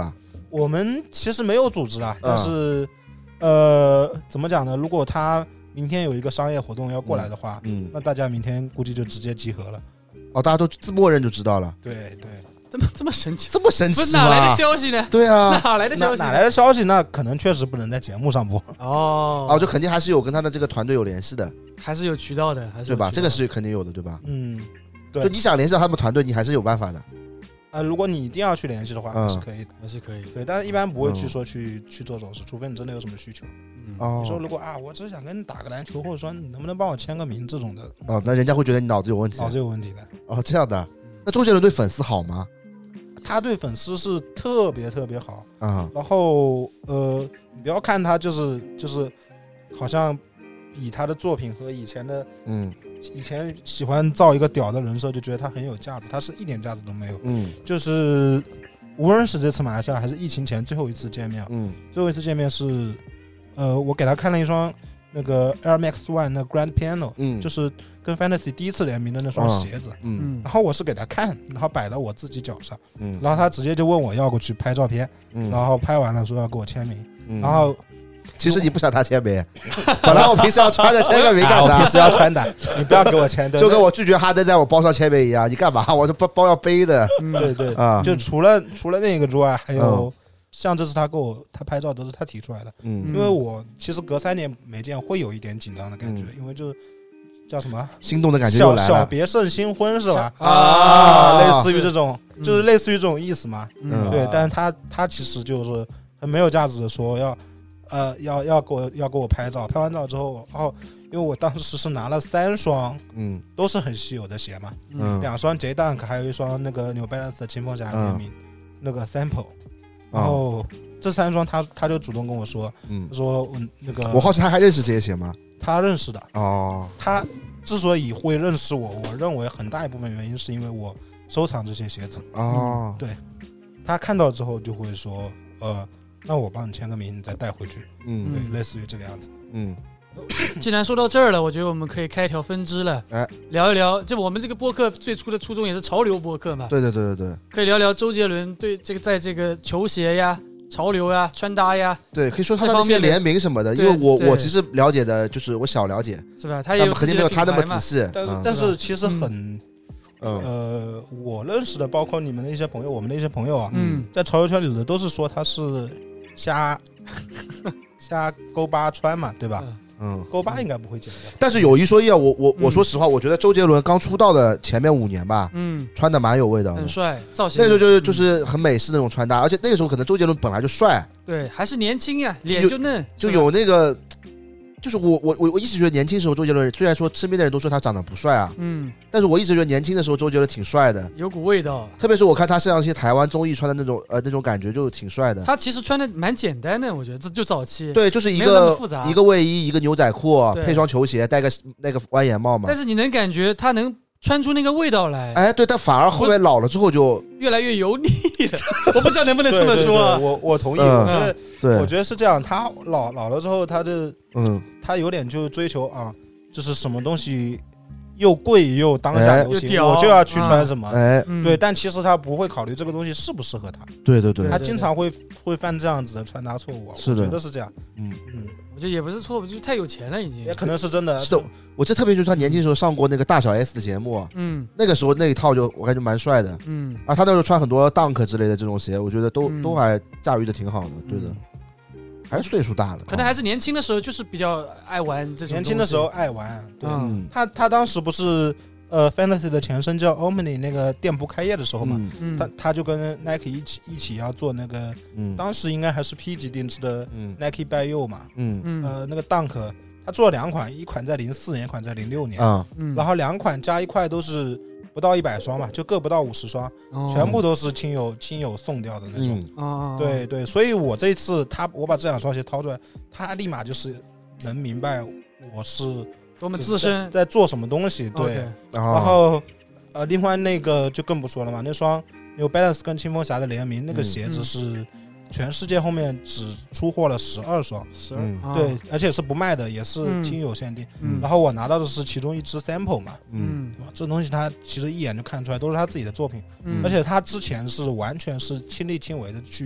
我们其实没有组织啊，但是怎么讲呢？如果他明天有一个商业活动要过来的话，那大家明天估计就直接集合了。
哦，大家都默认就知道了。
对对，
这么神奇，
这么神奇，
不是哪来的消息呢？
对啊，
哪来的消息？
哪来的消息？那可能确实不能在节目上播。
哦，
就肯定还是有跟他的这个团队有联系的，
还是有渠道的，还是
对吧？这个是肯定有的，对吧？
对，
就你想联系到他们团队，你还是有办法的。
如果你一定要去联系的话，还是可以的，
还是可以。
对，但是一般不会去说去做这种事，除非你真的有什么需求。你说如果我只是想跟你打个篮球，或者说你能不能帮我签个名这种的，
那人家会觉得你脑子有问题，
脑子有问题的。
这样的。那周杰伦对粉丝好吗？
他对粉丝是特别特别好啊。然后你不要看他就是好像比他的作品和以前的以前喜欢造一个屌的人设，就觉得他很有价值，他是一点价值都没有。就是无论是这次马来西亚还是疫情前最后一次见面，最后一次见面是我给他看了一双那个 Air Max One 那 Grand Piano，就是跟 Fantasy 第一次联名的那双鞋子，然后我是给他看，然后摆到我自己脚上，然后他直接就问我要过去拍照片，然后拍完了说要给我签名，然后
其实你不想他签名，本来我平时要穿着签个名干啥？
我平时要穿的，你不要给我签，
就跟我拒绝哈登在我包上签名一样，你干嘛？我这包要背的，
对对啊，就除了那个之外，还有。像这次他拍照都是他提出来的，因为我其实隔3年没见，会有一点紧张的感觉，因为就叫什么
心动的感觉又来了，
小别胜新婚是吧？类似于这种，就是类似于这种意思嘛。对，但是他其实就是很没有价值的说要给我拍照，拍完照之后，因为我当时是拿了3双，都是很稀有的鞋嘛，2双 J Dunk， 还有一双那个 New Balance 的清风侠联名那个 Sample。然后这3双他就主动跟我说，说那个
我好奇他还认识这些鞋吗？
他认识的他之所以会认识我认为很大一部分原因是因为我收藏这些鞋子对，他看到之后就会说那我帮你签个名，你再带回去，对，类似于这个样子。
既然说到这儿了，我觉得我们可以开一条分支了，聊一聊。就我们这个播客最初的初衷也是潮流播客嘛，
对，
可以聊聊周杰伦对这个在这个球鞋呀、潮流呀、穿搭呀，
对，可以说他的那些联名什么的。因为我其实了解的就是我小了解，
是吧？他也
肯定没有他那么仔细，
但是其实很。我认识的，包括你们的一些朋友，我们的一些朋友啊，在潮流圈里的都是说他是瞎勾巴穿嘛，对吧？勾巴应该不会剪掉。
但是有一说一啊，我说实话，我觉得周杰伦刚出道的前面5年吧，穿的蛮有味道的，
很帅，造型。
那时候就是很美式那种穿搭，而且那个时候可能周杰伦本来就帅，
对，还是年轻呀，脸就嫩，
就有那个。就是我一直觉得年轻时候周杰伦，虽然说身边的人都说他长得不帅啊，但是我一直觉得年轻的时候周杰伦挺帅的，
有股味道。
特别是我看他上一些台湾综艺穿的那种感觉就挺帅的。
他其实穿的蛮简单的，我觉得这就早期。
对，就是一个卫衣，一个牛仔裤，配双球鞋，戴个那个弯眼帽嘛。
但是你能感觉他能穿出那个味道来。
哎，对，但反而后面老了之后就
越来越油腻了。我不知道能不能这么说。
我同意，我觉得是这样。他老了之后，他的他有点就追求就是什么东西又贵又当下流行，我就要去穿什么。对，但其实他不会考虑这个东西适不适合他。
对，
他经常会犯这样子的穿搭错误。
是的，
我觉得是这样。
我觉得也不是错误，就是太有钱了已经。
也可能是真的。
是的，我这特别就是他年轻时候上过那个大小 S 的节目，那个时候那一套就我感觉蛮帅的，他那时候穿很多 Dunk 之类的这种鞋，我觉得都还驾驭的挺好的，对的。还是岁数大了，
可能还是年轻的时候就是比较爱玩这种。
年轻的时候爱玩，对，他当时不是Fantasy 的前身叫 Omni 那个店铺开业的时候嘛，他就跟 Nike 一起要做那个，当时应该还是 P 级定制的 Nike by You 嘛，那个 Dunk 他做了2款，一款在04年，一款在06年，然后2款加一块都是不到100双嘛，就各不到50双，全部都是亲友送掉的那种。对，所以我这次我把这2双鞋掏出来，他立马就是能明白我是
多么自身
在做什么东西。对，然后另外那个就更不说了嘛，那双 New Balance 跟清风侠的联名，那个鞋子是全世界后面只出货了12双，12，对，而且是不卖的，也是亲友限定。然后我拿到的是其中一支 sample 嘛，这东西他其实一眼就看出来都是他自己的作品，而且他之前是完全是亲力亲为的去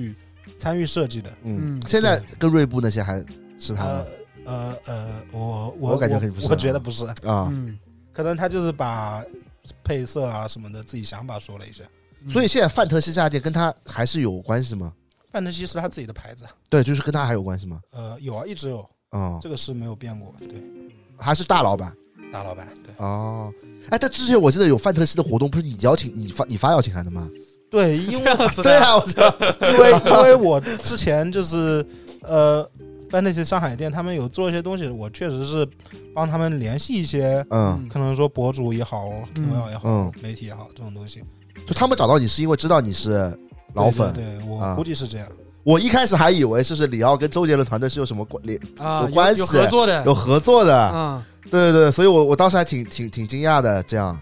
参与设计的。
现在跟锐步那些还是他吗？
我
感觉肯定不是，
我觉得不是
啊，
可能他就是把配色啊什么的自己想法说了一下。
所以现在范特西家电跟他还是有关系吗？
范特西是他自己的牌子。
对，就是跟他还有关系吗？
有啊，一直有。这个是没有变过。对，
还是大老板。
大老板，对。
哦，哎，但之前我记得有范特西的活动，不是你发邀请函的吗？
对，因为
对啊，我知道，
因为我之前就是范特西上海店，他们有做一些东西，我确实是帮他们联系一些，可能说博主也好，KOL也好，媒体也好，这种东西。
就他们找到你是因为知道你是老粉，
对，我估计是这样。
我一开始还以为是里奥跟周杰伦团队是有什么有关系，有合作的，对，所以我当时还挺惊讶的，这样，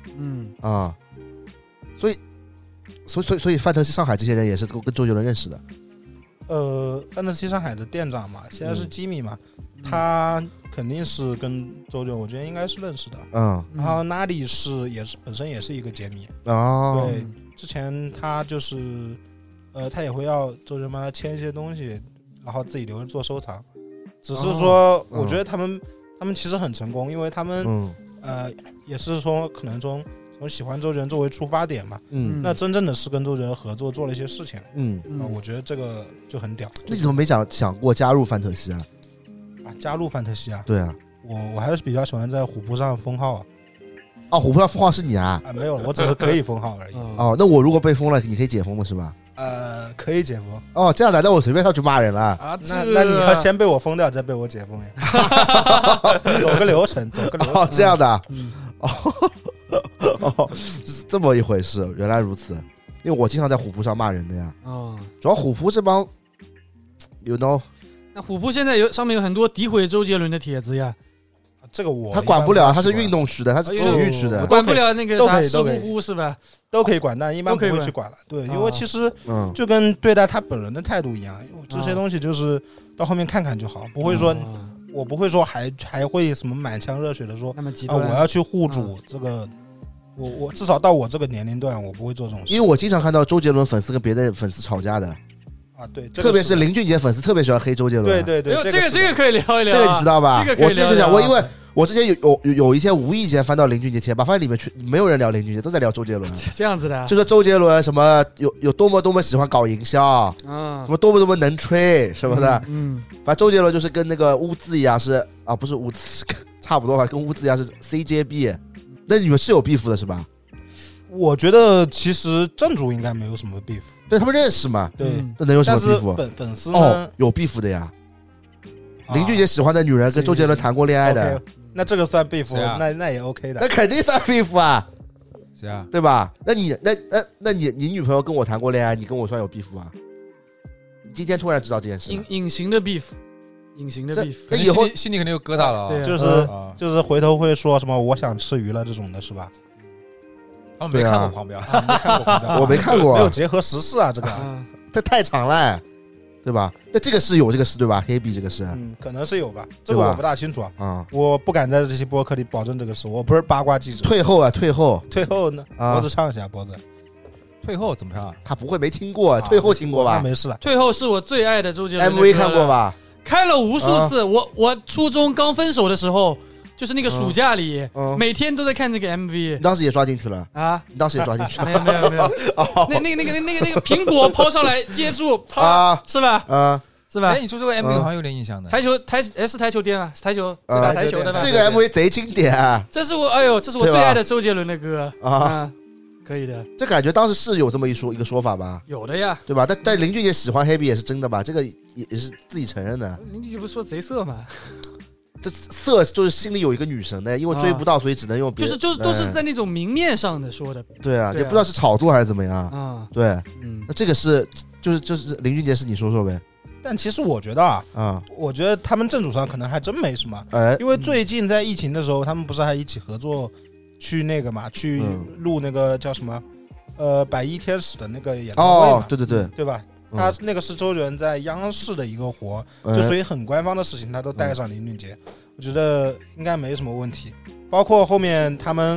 所以范特西上海这些人也是跟周杰伦认识的。
范特西上海的店长嘛，现在是吉米嘛，他肯定是跟周杰伦，我觉得应该是认识的。然后纳里本身也是一个杰迷。对，之前他就是他也会要周杰伦帮他签一些东西，然后自己留着做收藏。只是说，我觉得他们其实很成功，因为他们也是说可能从喜欢周杰伦作为出发点嘛，那真正的是跟周杰伦合作做了一些事情，我觉得这个就很屌。
那你怎么没想过加入范特西啊？
加入范特西啊？
对啊，
我还是比较喜欢在虎扑上封号啊。
哦，虎扑上封号是你啊？
没有，我只是可以封号而已。
哦，那我如果被封了，你可以解封了是吧？
可以解封。
哦，这样的，那我随便上去骂人了啊？
那你要先被我封掉，再被我解封呀。走个流程。
哦，这样的。哦，是这么一回事，原来如此。因为我经常在虎扑上骂人的呀。主要虎扑这帮 ，you know。
那虎扑现在上面有很多诋毁周杰伦的帖子呀。
这个
他管不了，他是运动区的，他是体育区的，
管不了那个啥湿乎乎是吧？
都可以管，但一般不会去管了。对，因为其实就跟对待他本人的态度一样，这些东西就是到后面看看就好，不会说我不会说还会什么满腔热血的说我要去护主这个。我至少到我这个年龄段，我不会做这种事。
因为我经常看到周杰伦粉丝跟别的粉丝吵架的。
对，
特别是林俊杰粉丝特别喜欢黑周杰伦。
对，
这个可以聊一聊。
这个你知道吧？
这个可以聊一聊。
因为我之前有一天无意间翻到林俊杰贴吧，发现里面没有人聊林俊杰，都在聊周杰伦。
这样子的，
就说周杰伦什么有多么喜欢搞营销，什么多么能吹什么的。反正周杰伦就是跟那个乌兹一样是不是乌兹，差不多吧，跟乌兹一样是 CJB。那你们是有 beef 的是吧？
我觉得其实正主应该没有什么 beef，
对他们认识嘛？
对，
那能有什么 beef？
但是粉丝呢？
有 beef 的呀。林俊杰喜欢的女人跟周杰伦谈过恋爱的，
那这个算 beef，那也 OK 的。
那肯定算 beef 啊，
是啊，
对吧？那你女朋友跟我谈过恋爱，你跟我算有 beef 啊？你今天突然知道这件事，
隐形的 beef。
那以后心里肯定有疙瘩了。
对，就是回头会说什么我想吃鱼了这种的是吧？
他们没看过狂飙，
我没看过，
没有结合时事啊，
这太长了，对吧？那这个是有这个事对吧？黑币这个事，
可能是有吧，这个我不大清楚啊。我不敢在这期播客里保证这个事，我不是八卦记者。
退后呢？
脖子唱一下，脖子。
退后怎么唱？
他不会没听过，退后听过吧？
那没事了。
退后是我最爱的周杰伦
MV 看过吧？
开了无数次，我初中刚分手的时候，就是那个暑假里，每天都在看这个 MV。
你当时也抓进去了啊？你当时也抓进去了？
没有。那个苹果抛上来接住，啪，是吧？是吧？
哎，你说这个 MV 好像有点印象的。
是台球店啊，台球打台球的吧？
这个 MV 贼经典啊！
这是我最爱的周杰伦的歌啊。可以的，
这感觉当时是有这么一个说法吧？
有的呀，
对吧？但林俊杰喜欢黑币也是真的吧？这个也是自己承认的。
林俊杰不是说贼色吗？
这色就是心里有一个女神的，因为追不到，所以只能用别人。
就是都是在那种明面上的说的。
对啊，也不知道是炒作还是怎么样啊。对，那这个是就是林俊杰是你说说呗。
但其实我觉得我觉得他们正主上可能还真没什么，因为最近在疫情的时候，他们不是还一起合作。去那个嘛，去录那个叫什么，百亿天使的那个演唱会嘛，对吧？他那个是周杰伦在央视的一个活，就属于很官方的事情，他都带上林俊杰，我觉得应该没什么问题。包括后面他们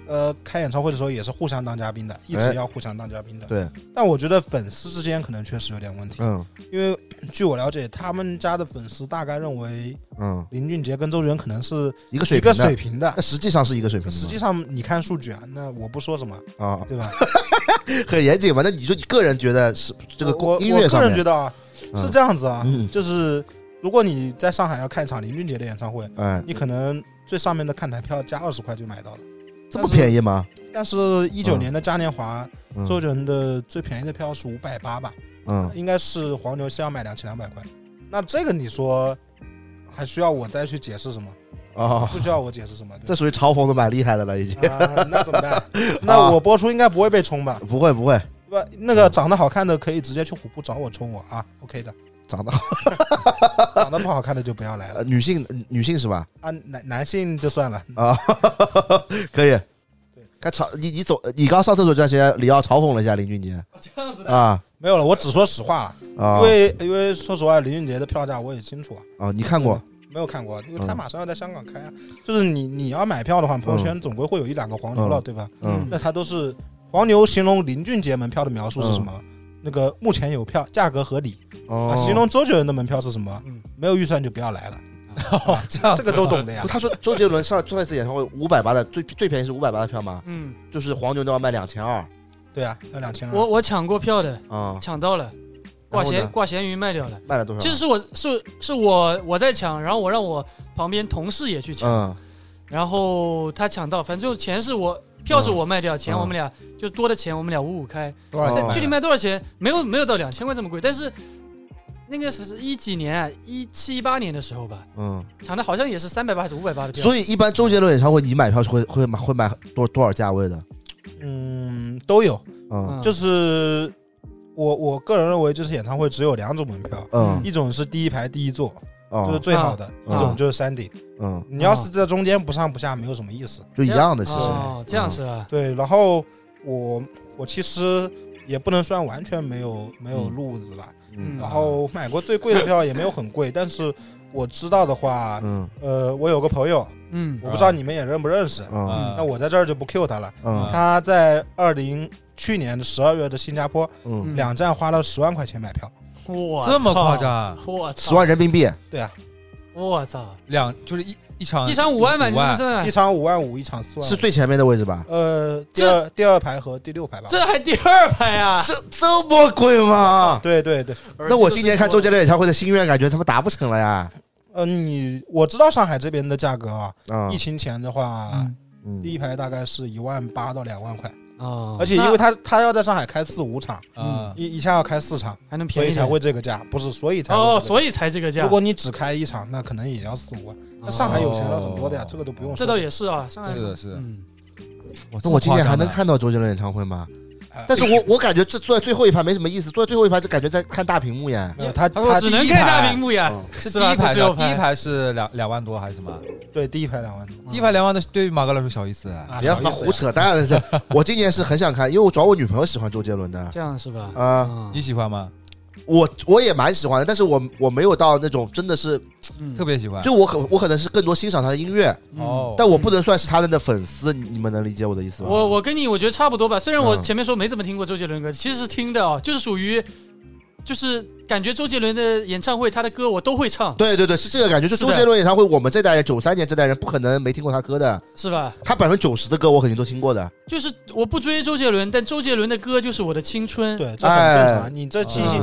开演唱会的时候也是互相当嘉宾的，一直要互相当嘉宾的。
对，
但我觉得粉丝之间可能确实有点问题。因为据我了解，他们家的粉丝大概认为，林俊杰跟周杰伦可能是
一个水平的，那实际上是一个水平的。
实际上你看数据啊，那我不说什么啊，对吧？
很严谨嘛。那你说你个人觉得是这个音乐上面，
我个人觉得啊，是这样子啊，就是如果你在上海要看一场林俊杰的演唱会，你可能最上面的看台票加20块就买到了，
这么便宜吗？
但是19年的嘉年华，周杰伦的最便宜的票是580吧，应该是黄牛是要卖2200块。那这个你说还需要我再去解释什么？不需要我解释什么，
这属于嘲讽的蛮厉害的了，已经。
那怎么办？那我播出应该不会被冲吧？
不会，不，
那个长得好看的可以直接去虎扑找我冲我啊 ，OK 的。
长得
不好看的就不要来了。
女性是吧？
男性就算了
啊，可以。该你刚上厕所这段时间，李奥嘲讽了一下林俊杰，
这样子的
啊，
没有了，我只说实话了，因为说实话，林俊杰的票价我也清楚
啊。你看过？
没有看过，因为他马上要在香港开啊。就是你要买票的话，朋友圈总归会有1-2个黄牛了，对吧？那他都是黄牛形容林俊杰门票的描述是什么？那个目前有票，价格合理。形容周杰伦的门票是什么？没有预算就不要来了。这个都懂的呀。
他说周杰伦上一次演唱会580的最便宜是580的票吗？就是黄牛都要卖2200。
对啊，要2200。
我抢过票的，抢到了，挂闲鱼卖掉了。
卖了多少？
其实是我在抢，然后我让我旁边同事也去抢，然后他抢到，反正钱是我。票是我卖掉，钱我们俩就多的钱，我们俩5-5开。
多少钱？
具体卖多少钱？没有到2000块这么贵，但是那个是17、几年，17、18年的时候吧。抢的好像也是380还是580的票。
所以一般周杰伦演唱会，你买票是会买多少价位的？
都有。就是我个人认为，就是演唱会只有2种门票，一种是第一排第一座。就是最好的一种，就是山顶。你要是在中间不上不下，没有什么意思，
就一样的。其实
这样是吧？
对。然后我其实也不能算完全没有路子了。然后买过最贵的票也没有很贵，但是我知道的话，我有个朋友，我不知道你们也认不认识，那我在这儿就不 Q 他了。他在去年的12月的新加坡，2站花了10万块钱买票。
这么夸张？
我操
！10万人民币？
对啊，
我操！
就是一场
5万吧？
一场5万5，一场4万。
是最前面的位置吧？
第二排和第6排吧。
这还第2排啊？
这么贵吗？
对。
那我今年看周杰伦演唱会的心愿，感觉他们达不成了呀。
我知道上海这边的价格啊，疫情前的话，第一排大概是18000到2万块。而且因为他要在上海开4-5场，一下要开4场，
还能便宜，
所以才会这个价，不是所以才
所以才这个价。
如果你只开1场，那可能也要4-5万。那上海有钱人很多的呀，这个都不用说。
这倒也是啊，上海
是的。
那我今年还能看到周杰伦演唱会吗？但是我感觉这坐在最后一排没什么意思，坐在最后一排就感觉在看大屏幕呀。
他
只能看大屏幕呀，
是第一排，第一排是2万多还是什么？
对，第一排2万多。
第一排2万多对于马哥来说小意思啊！
别胡扯淡了，我今年是很想看，因为我主要我女朋友喜欢周杰伦的。
这样是吧？
你喜欢吗？
我也蛮喜欢的，但是我没有到那种真的是
特别喜欢，
就我可能是更多欣赏他的音乐，但我不能算是他的粉丝，你们能理解我的意思吗？
我跟你我觉得差不多吧，虽然我前面说没怎么听过周杰伦歌，其实是听的就是属于就是感觉周杰伦的演唱会他的歌我都会唱。
对，是这个感觉，就周杰伦演唱会，我们这代人93年这代人不可能没听过他歌的，
是吧？
他90%的歌我肯定都听过的。
就是我不追周杰伦，但周杰伦的歌就是我的青春。
对，这很正常。你这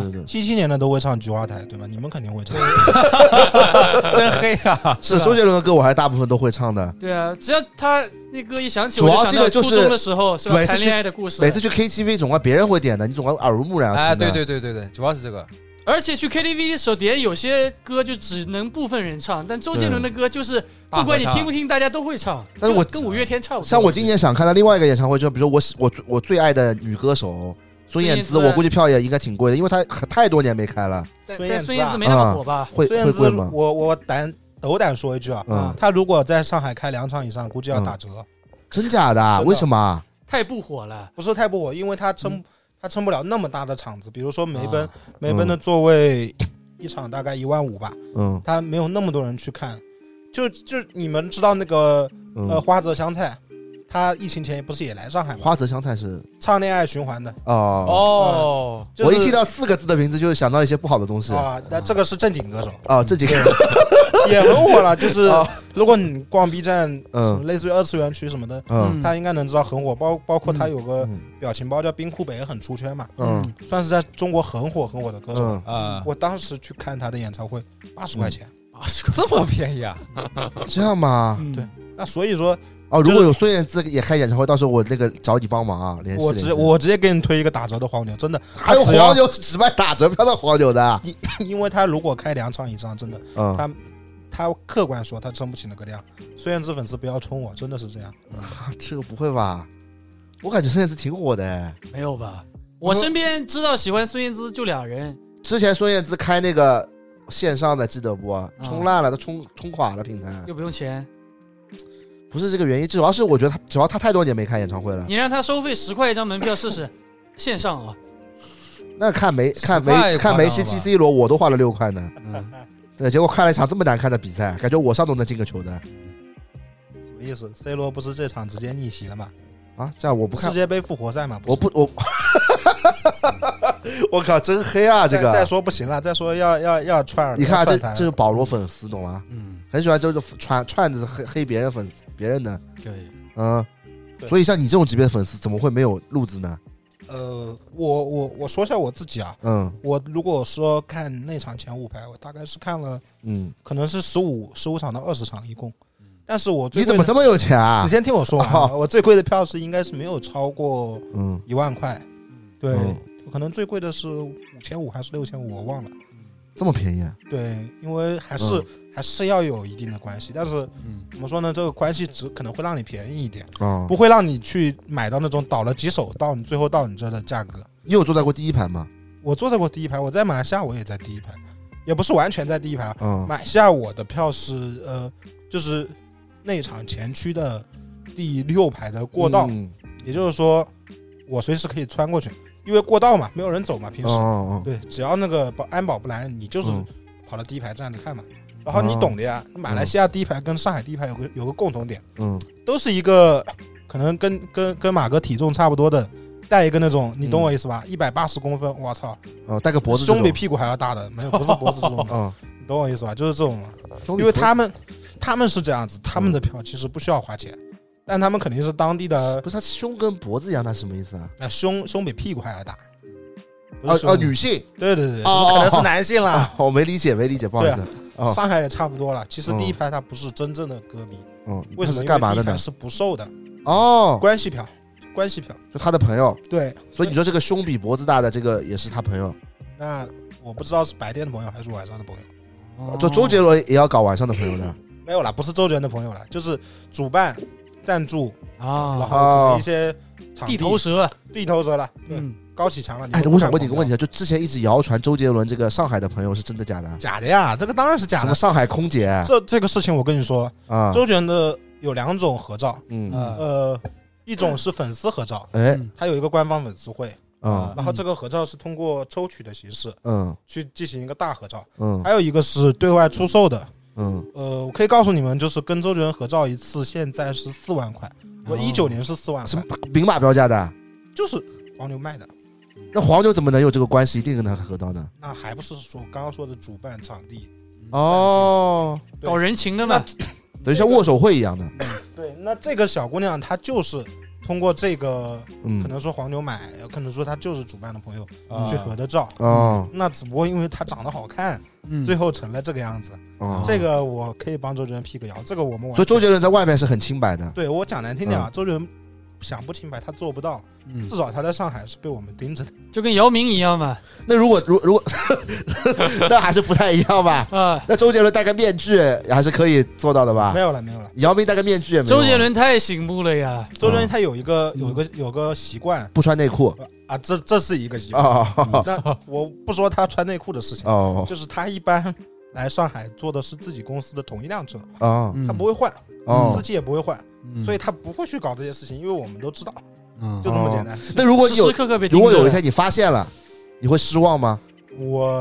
77年的都会唱《菊花台》，对吧？你们肯定会唱。
真黑啊！
是周杰伦的歌，我还是大部分都会唱的。
对啊，只要他那歌一响起，
主要这个
就是初中的时候是吧？谈恋爱的故事。
每次去 KTV 总归别人会点的，你总归耳濡目染。
哎，对，主要是这个。
而且去 KTV 的时候点有些歌就只能部分人唱，但周杰伦的歌就是不管你听不听，大家都会唱。
但是我
跟5月天差不多。
像我今年想看的另外一个演唱会，就比如说我最爱的女歌手孙燕姿，我估计票也应该挺贵的，因为她太多年没开了。
孙燕姿没那么火吧？
会贵吗？
我斗胆说一句啊，她如果在上海开2场以上，估计要打折。
真假的？为什么？
太不火了。
不是太不火，因为她撑不了那么大的场子，比如说梅奔的座位一场大概15000吧，他没有那么多人去看，就你们知道那个花泽香菜， 他疫情前不是也来上海吗？
花泽香菜是
唱恋爱循环的
哦。
就是、
我一听到4个字的名字，就想到一些不好的东西
啊。那这个是正经歌手
啊，正经歌手
也很火了。就是如果你逛 B 站，类似于2次元区什么的，他应该能知道很火。包括他有个表情包叫冰库北，很出圈嘛，算是在中国很火的歌手啊。我当时去看他的演唱会，80块钱。
这么便宜啊？
这样吗？
对，那所以说
如果有孙燕姿也开演唱会，到时候我那个找你帮忙啊，联系
我直接给你推一个打折的黄牛，真的。
还有黄牛是只卖打折票的黄牛的，
因为他如果开2场以上，真的，他客观说他撑不起那个量。孙燕姿粉丝不要冲我，真的是这样。
这个不会吧？我感觉孙燕姿挺火的。
没有吧？我身边知道喜欢孙燕姿就2人。
之前孙燕姿开那个线上的，记得不？冲烂了，都冲垮了平台，
又不用钱。
不是这个原因，主要是我觉得主要他太多年没开演唱会了。
你让他收费10块一张门票试试，线上啊。
那看梅西踢 C 罗，我都花了6块呢。对，结果看了一场这么难看的比赛，感觉我上都能进个球的。
什么意思 ？C 罗不是这场直接逆袭了吗？
啊，这样我不看
世界杯复活赛嘛？
我我靠，真黑啊！这个
再说不行了，再说要串。
你看这是保罗粉丝，懂吗？很喜欢就是串着黑别人别人的。
对，
所以像你这种级别的粉丝，怎么会没有路子呢？
我说一下我自己啊，我如果说看那场前5排，我大概是看了，可能是15场到20场一共。但是我
你怎么这么有钱啊？
你先听我说完，我最贵的票是应该是没有超过1万块，对，可能最贵的是5500还是6500，我忘了。
这么便宜？
对，因为还是要有一定的关系，但是怎么说呢？这个关系值可能会让你便宜一点，不会让你去买到那种倒了几手到你最后到你这的价格。
你有坐在过第一排吗？
我坐在过第一排，我在马来西亚我也在第一排，也不是完全在第一排。马来西亚我的票是就是内场前区的第6排的过道，也就是说我随时可以穿过去，因为过道嘛，没有人走嘛，平时对，只要那个安保不来，你就是跑到第一排站着看嘛。然后你懂的呀，马来西亚第一排跟上海第一排有个共同点，都是一个可能跟马哥体重差不多的，带一个那种，你懂我意思吧？180公分，我操，
带个脖子，
胸比屁股还要大的，没有，不是脖子这种，你懂我意思吧？就是这种，因为他们是这样子，他们的票其实不需要花钱，但他们肯定是当地的。
不是，他胸跟脖子一样，那什么意思啊？
胸比屁股还要大。
女性，
对，怎么可能是男性啦？
我没理解，不好意
思。上海也差不多了。其实第一排它不是真正的歌迷，为什么？
干嘛的呢？
是不售的关系票，
就他的朋友。
对，
所以你说这个胸比脖子大的这个也是他朋友。
那我不知道是白天的朋友还是晚上的朋友。
就周杰伦也要搞晚上的朋友的？
没有啦，不是周杰伦的朋友啦，就是主办赞助然后一些
地头蛇
了，对，高启强了。
我想问你一个问题，就之前一直谣传周杰伦这个上海的朋友是真的假的？
假的呀，这个当然是假的。
什么上海空姐？
这个事情我跟你说周杰伦的有2种合照，一种是粉丝合照，他有一个官方粉丝会。然后这个合照是通过抽取的形式，去进行一个大合照，还有一个是对外出售的，我可以告诉你们，就是跟周杰伦合照一次，现在是4万块，我19年是4万块，
什么明码标价的？
就是黄牛卖的。
那黄牛怎么能有这个关系，一定跟他合照呢？
那还不是说刚刚说的主办场地
搞人情的嘛，
等于像握手会一样的。
对，那这个小姑娘她就是通过这个，可能说黄牛买，可能说他就是主办的朋友去合的照，那只不过因为他长得好看，最后成了这个样子。这个我可以帮周杰伦辟个谣，这个我们
所以周杰伦在外面是很清白的。
对，我讲难听点啊，周杰伦想不清白，他做不到，至少他在上海是被我们盯着的，
就跟姚明一样嘛。
那如果那还是不太一样吧？那周杰伦戴个面具还是可以做到的吧？
没有了。
姚明戴个面具也没有。
周杰伦太醒目了呀！
周杰伦他有个习惯，
不穿内裤
啊，这是一个习惯。那我不说他穿内裤的事情，就是他一般来上海坐的是自己公司的同一辆车他不会换，司机也不会换，所以他不会去搞这些事情，因为我们都知道，就这么简单。
那如果有一天你发现了，你会失望吗？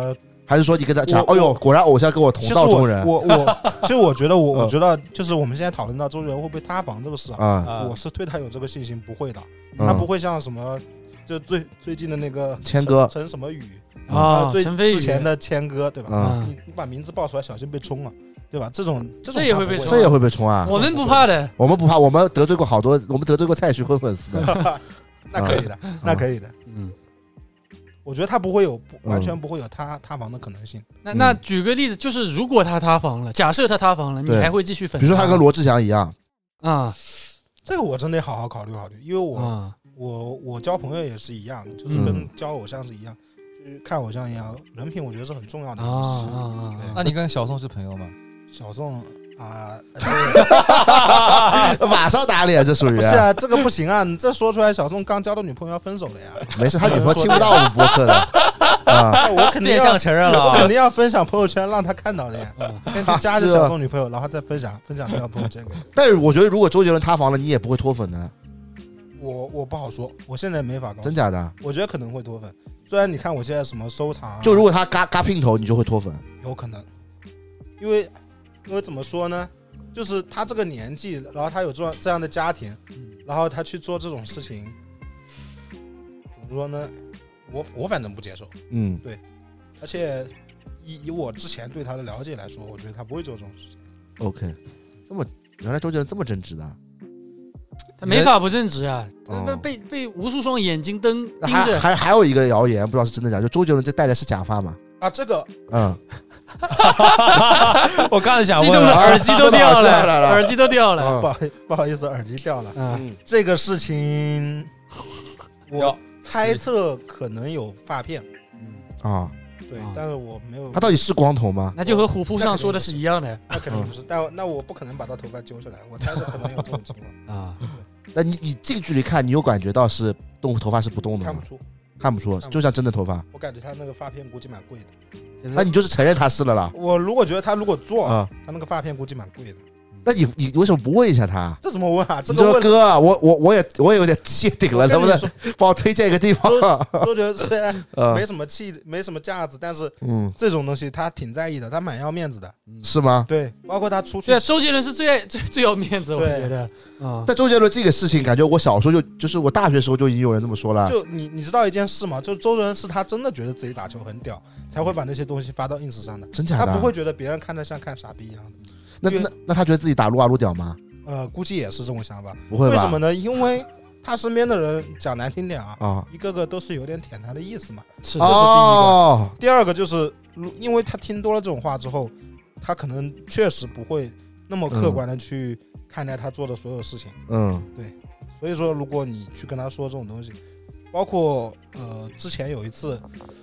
还是说你跟他讲，哎呦，果然偶像跟我同道中人？
其实我觉得我觉得就是我们现在讨论到周杰伦会不会塌房这个事啊，我是对他有这个信心，不会的，他不会像什么就最近的那个
谦哥
陈什么宇
陈飞宇
之前的谦哥对吧？你把名字报出来，小心被冲啊，对吧？这种
也会被冲，
这也会被冲啊！
我们不怕的，
我们不怕，我们得罪过好多，我们得罪过蔡徐坤粉丝
的，那可以的，那可以的，我觉得他不会有完全不会有塌房的可能性。
那举个例子，就是如果他塌房了，假设他塌房了，你还会继续粉？
比如说他跟罗志祥一样
啊，
这个我真得好好考虑考虑，因为我交朋友也是一样的，就是跟交偶像是一样，就是看偶像一样，人品我觉得是很重要的
那你跟小宋是朋友吗？
小宋
马上打脸，这属于
不是啊？这个不行啊！你这说出来，小宋刚交的女朋友要分手了呀。
没事，他女朋友听不到我们播客的
啊。我肯定要
承认了，
我肯定要分享朋友圈，让他看到的呀。先去加着小宋女朋友，然后再分享那个朋友圈给他。
但是我觉得，如果周杰伦塌房了，你也不会脱粉的。
我不好说，我现在没法告诉你。
真假的？
我觉得可能会脱粉。虽然你看我现在什么收藏，
就如果他嘎姘头，你就会脱粉。
有可能，因为怎么说呢？就是他这个年纪，然后他有这样的家庭，然后他去做这种事情，怎么说呢？我反正不接受。对，而且以我之前对他的了解来说，我觉得他不会做这种事情。
OK， 原来周杰伦这么正直的。
他没法不正直啊！被无数双眼睛盯着。
还有一个谣言，不知道是真的假，就周杰伦这戴的是假发嘛？
啊，这个
我刚才想问，
激动的耳机都掉了，耳机都掉了。
不好意思，耳机掉了。这个事情我猜测可能有发片。对，但是我没有。
他到底是光头吗？
那就和虎扑上说的是一样的。
那肯定不是，但那我不可能把他头发揪下来，我猜测可能有这种情况
啊。那你近距离看，你有感觉到是头发是不动的吗？看不出，就像真的头发。
我感觉他那个发片估计蛮贵的。
那你就是承认他是了啦？
我如果觉得他如果做，他那个发片估计蛮贵的。
那你为什么不问一下他？
这怎么问啊？这
个哥，我也有点谢顶了，能不能帮我推荐一个地方？
周杰伦虽然没什么没什么架子，但是这种东西他挺在意的，他蛮要面子的，
是吗？
对，包括他出去。
对，周杰伦是最要面子，我觉得。
但周杰伦这个事情，感觉我小时候就是我大学时候就已经有人这么说了。
就你知道一件事吗？就周杰伦是他真的觉得自己打球很屌，才会把那些东西发到 ins 上的。
真假的？
他不会觉得别人看着像看傻逼一样的。
那他觉得自己打撸啊撸屌吗？
估计也是这种想法。
不会吧？
为什么呢？因为他身边的人讲难听点一个个都是有点舔他的意思嘛。
是，
这是第一个。第二个就是，因为他听多了这种话之后，他可能确实不会那么客观的去看待他做的所有事情。对。所以说，如果你去跟他说这种东西，包括之前有一次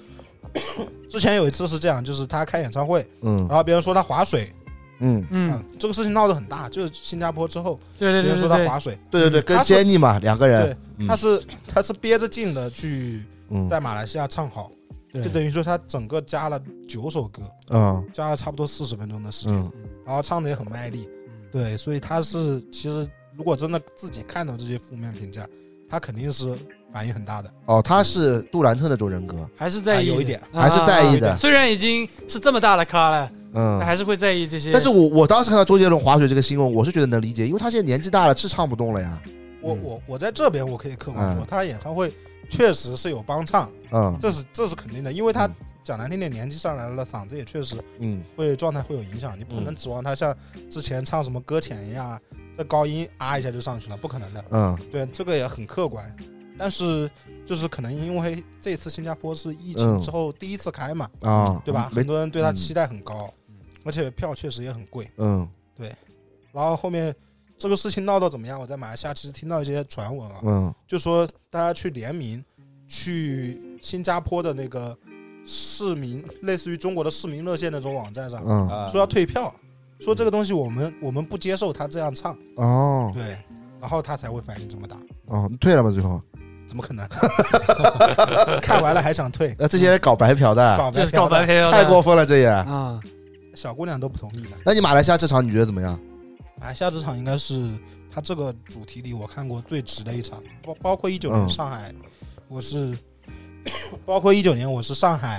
是这样，就是他开演唱会，然后别人说他划水。这个事情闹得很大，就是新加坡之后，
对，
别人说他划水，
对，跟 Jenny 嘛两个人，
对，他是憋着劲的去在马来西亚唱好，就等于说他整个加了9首歌，加了差不多40分钟的时间，然后唱的也很卖力，对，所以他是其实如果真的自己看到这些负面评价，他肯定是反应很大的。他是
杜兰特那种人格，
还是在意
有一点，
还是在意的，
虽然已经是这么大的咖了。还是会在意这些。
但是我当时看到周杰伦划水这个新闻，我是觉得能理解，因为他现在年纪大了，是唱不动了呀。
我在这边我可以客观说，他演唱会确实是有帮唱，这是肯定的，因为他讲难听点，年纪上来了，嗓子也确实会状态会有影响，你不能指望他像之前唱什么搁浅呀，这高音一下就上去了，不可能的。对，这个也很客观。但是就是可能因为这次新加坡是疫情之后第一次开嘛，对吧？很多人对他期待很高，而且票确实也很贵。对。然后后面这个事情闹到怎么样？我在马来西亚其实听到一些传闻就说大家去联名去新加坡的那个市民，类似于中国的市民热线那种网站上，说要退票，说这个东西我们不接受他这样唱。对，然后他才会反应这么大。
退了吗？最后？
怎么可能？看完了还想退？
这些人搞白嫖的，
就是搞白嫖的，
太过分了，这也
小姑娘都不同意的。
那你马来西亚这场你觉得怎么样？
马来西亚这场应该是他这个主题里我看过最值的一场，包括19年上海，包括19年我是上海